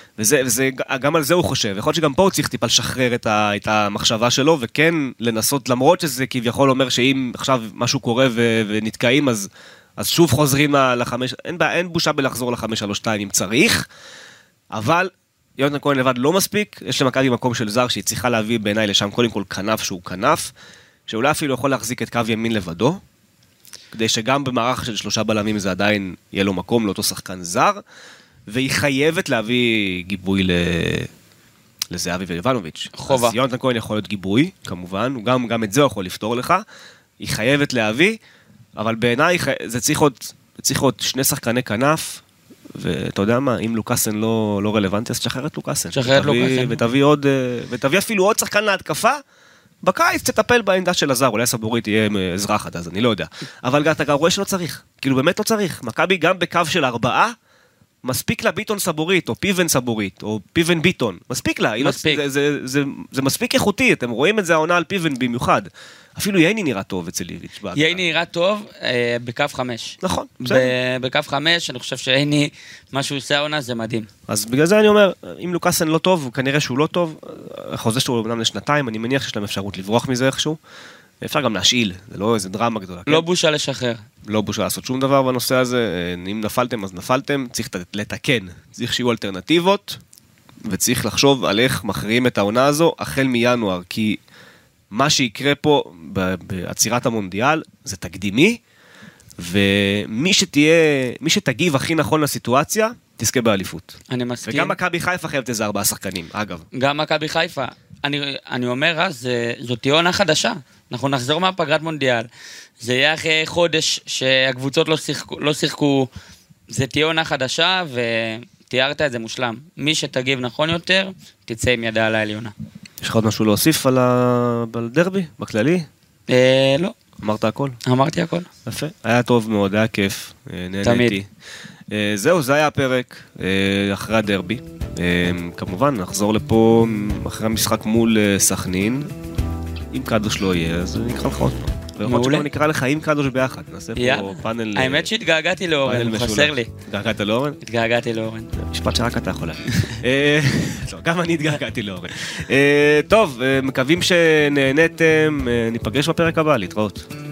גם על זה הוא חושב, יכול להיות שגם פה הוא צריך טיפה לשחרר את המחשבה שלו, וכן לנסות, למרות שזה כביכול אומר שאם עכשיו משהו קורה ונתקעים, אז שוב חוזרים לחמש, אין בושה בלחזור ל-5-3-2 אם צריך, אבל יונתן כהן לבד לא מספיק, יש למכבי מקום של זר שהיא צריכה להביא בעיניי לשם קודם כל כנף שהוא כנף, שאולי אפילו יכול להחזיק את קו ימין לבדו, כדי שגם במערך של 3 בלמים זה עדיין יהיה לו מקום לאותו שחקן זר, והיא חייבת להביא גיבוי לזהבי וליבנוביץ'. חובה. אז יונתן כהן יכול להיות גיבוי, כמובן, גם את זה הוא יכול לפתור לך, היא חייבת להביא, אבל בעיניי זה צריך עוד 2 שחקני כנף, ואתה יודע מה, אם לוקאסן לא רלוונטי, אז תשחרר את לוקאסן. תשחרר את לוקאסן. ותביא אפילו עוד שחקן להתקפה, בקיץ תטפל בעמדה של הזר, אולי סבורית תהיה אזרחת, אז אני לא יודע. אבל אתה רואה שלא צריך, כאילו באמת לא צריך. מכבי גם בקו של 4, מספיק לה ביטון סבורית, או פיבן סבורית, או פיבן ביטון. מספיק לה. מספיק. זה מספיק איכותי, אתם רואים את זה העונה על פיבן במיוחד. אפילו ייני נראה טוב אצל איביץ'. ייני נראה טוב בקו 5. נכון. בקו 5, אני חושב שייני, מה שהוא עושה העונה זה מדהים. אז בגלל זה אני אומר, אם לוקאסן לא טוב, כנראה שהוא לא טוב, החוזה שלו אומנם לשנתיים, אני מניח שיש להם אפשרות לברוח מזה איכשהו. אפשר גם להשאיל, זה לא איזה דרמה גדולה. לא בושה לשחרר. לא בושה לעשות שום דבר בנושא הזה, אם נפלתם אז נפלתם, צריך לתקן, צריך שיהיו אלטרנטיבות, וצריך לחשוב על איך מכריעים את העונה הזו, החל מינואר, כי מה שיקרה פה בעצירת המונדיאל, זה תקדימי, ומי שתגיב הכי נכון לסיטואציה, תזכה באליפות. אני מסכים. וגם מכבי חיפה חייבת איזה 4 שחקנים, אגב. גם מכבי חיפה. אני אומר, אז זאת תהיה עונה חדשה. אנחנו נחזור מהפגרת מונדיאל. זה יהיה אחרי חודש שהקבוצות לא שיחקו. זה תהיה עונה חדשה, ותיארת את זה מושלם. מי שתגיב נכון יותר, תצא עם ידה על העליונה. יש לך עוד משהו להוסיף על הדרבי, בכללי? לא. אמרת הכל? אמרתי הכל. יפה. היה טוב מאוד, היה כיף. נהניתי. זהו, זה היה הפרק אחרי הדרבי. כמובן, נחזור לפה אחרי המשחק מול סכנין. אם קדוש לא יהיה, אז נקרא לך עוד פעם. ויכול שכמו נקרא לך עם קדוש ביחד. נעשה פה פאנל... האמת שהתגעגעתי לאורן, הוא חסר לי. התגעגעת לאורן? התגעגעתי לאורן. משפט שרק אתה יכול להגיד. גם אני התגעגעתי לאורן. טוב, מקווים שנהנתם, ניפגש בפרק הבא, להתראות.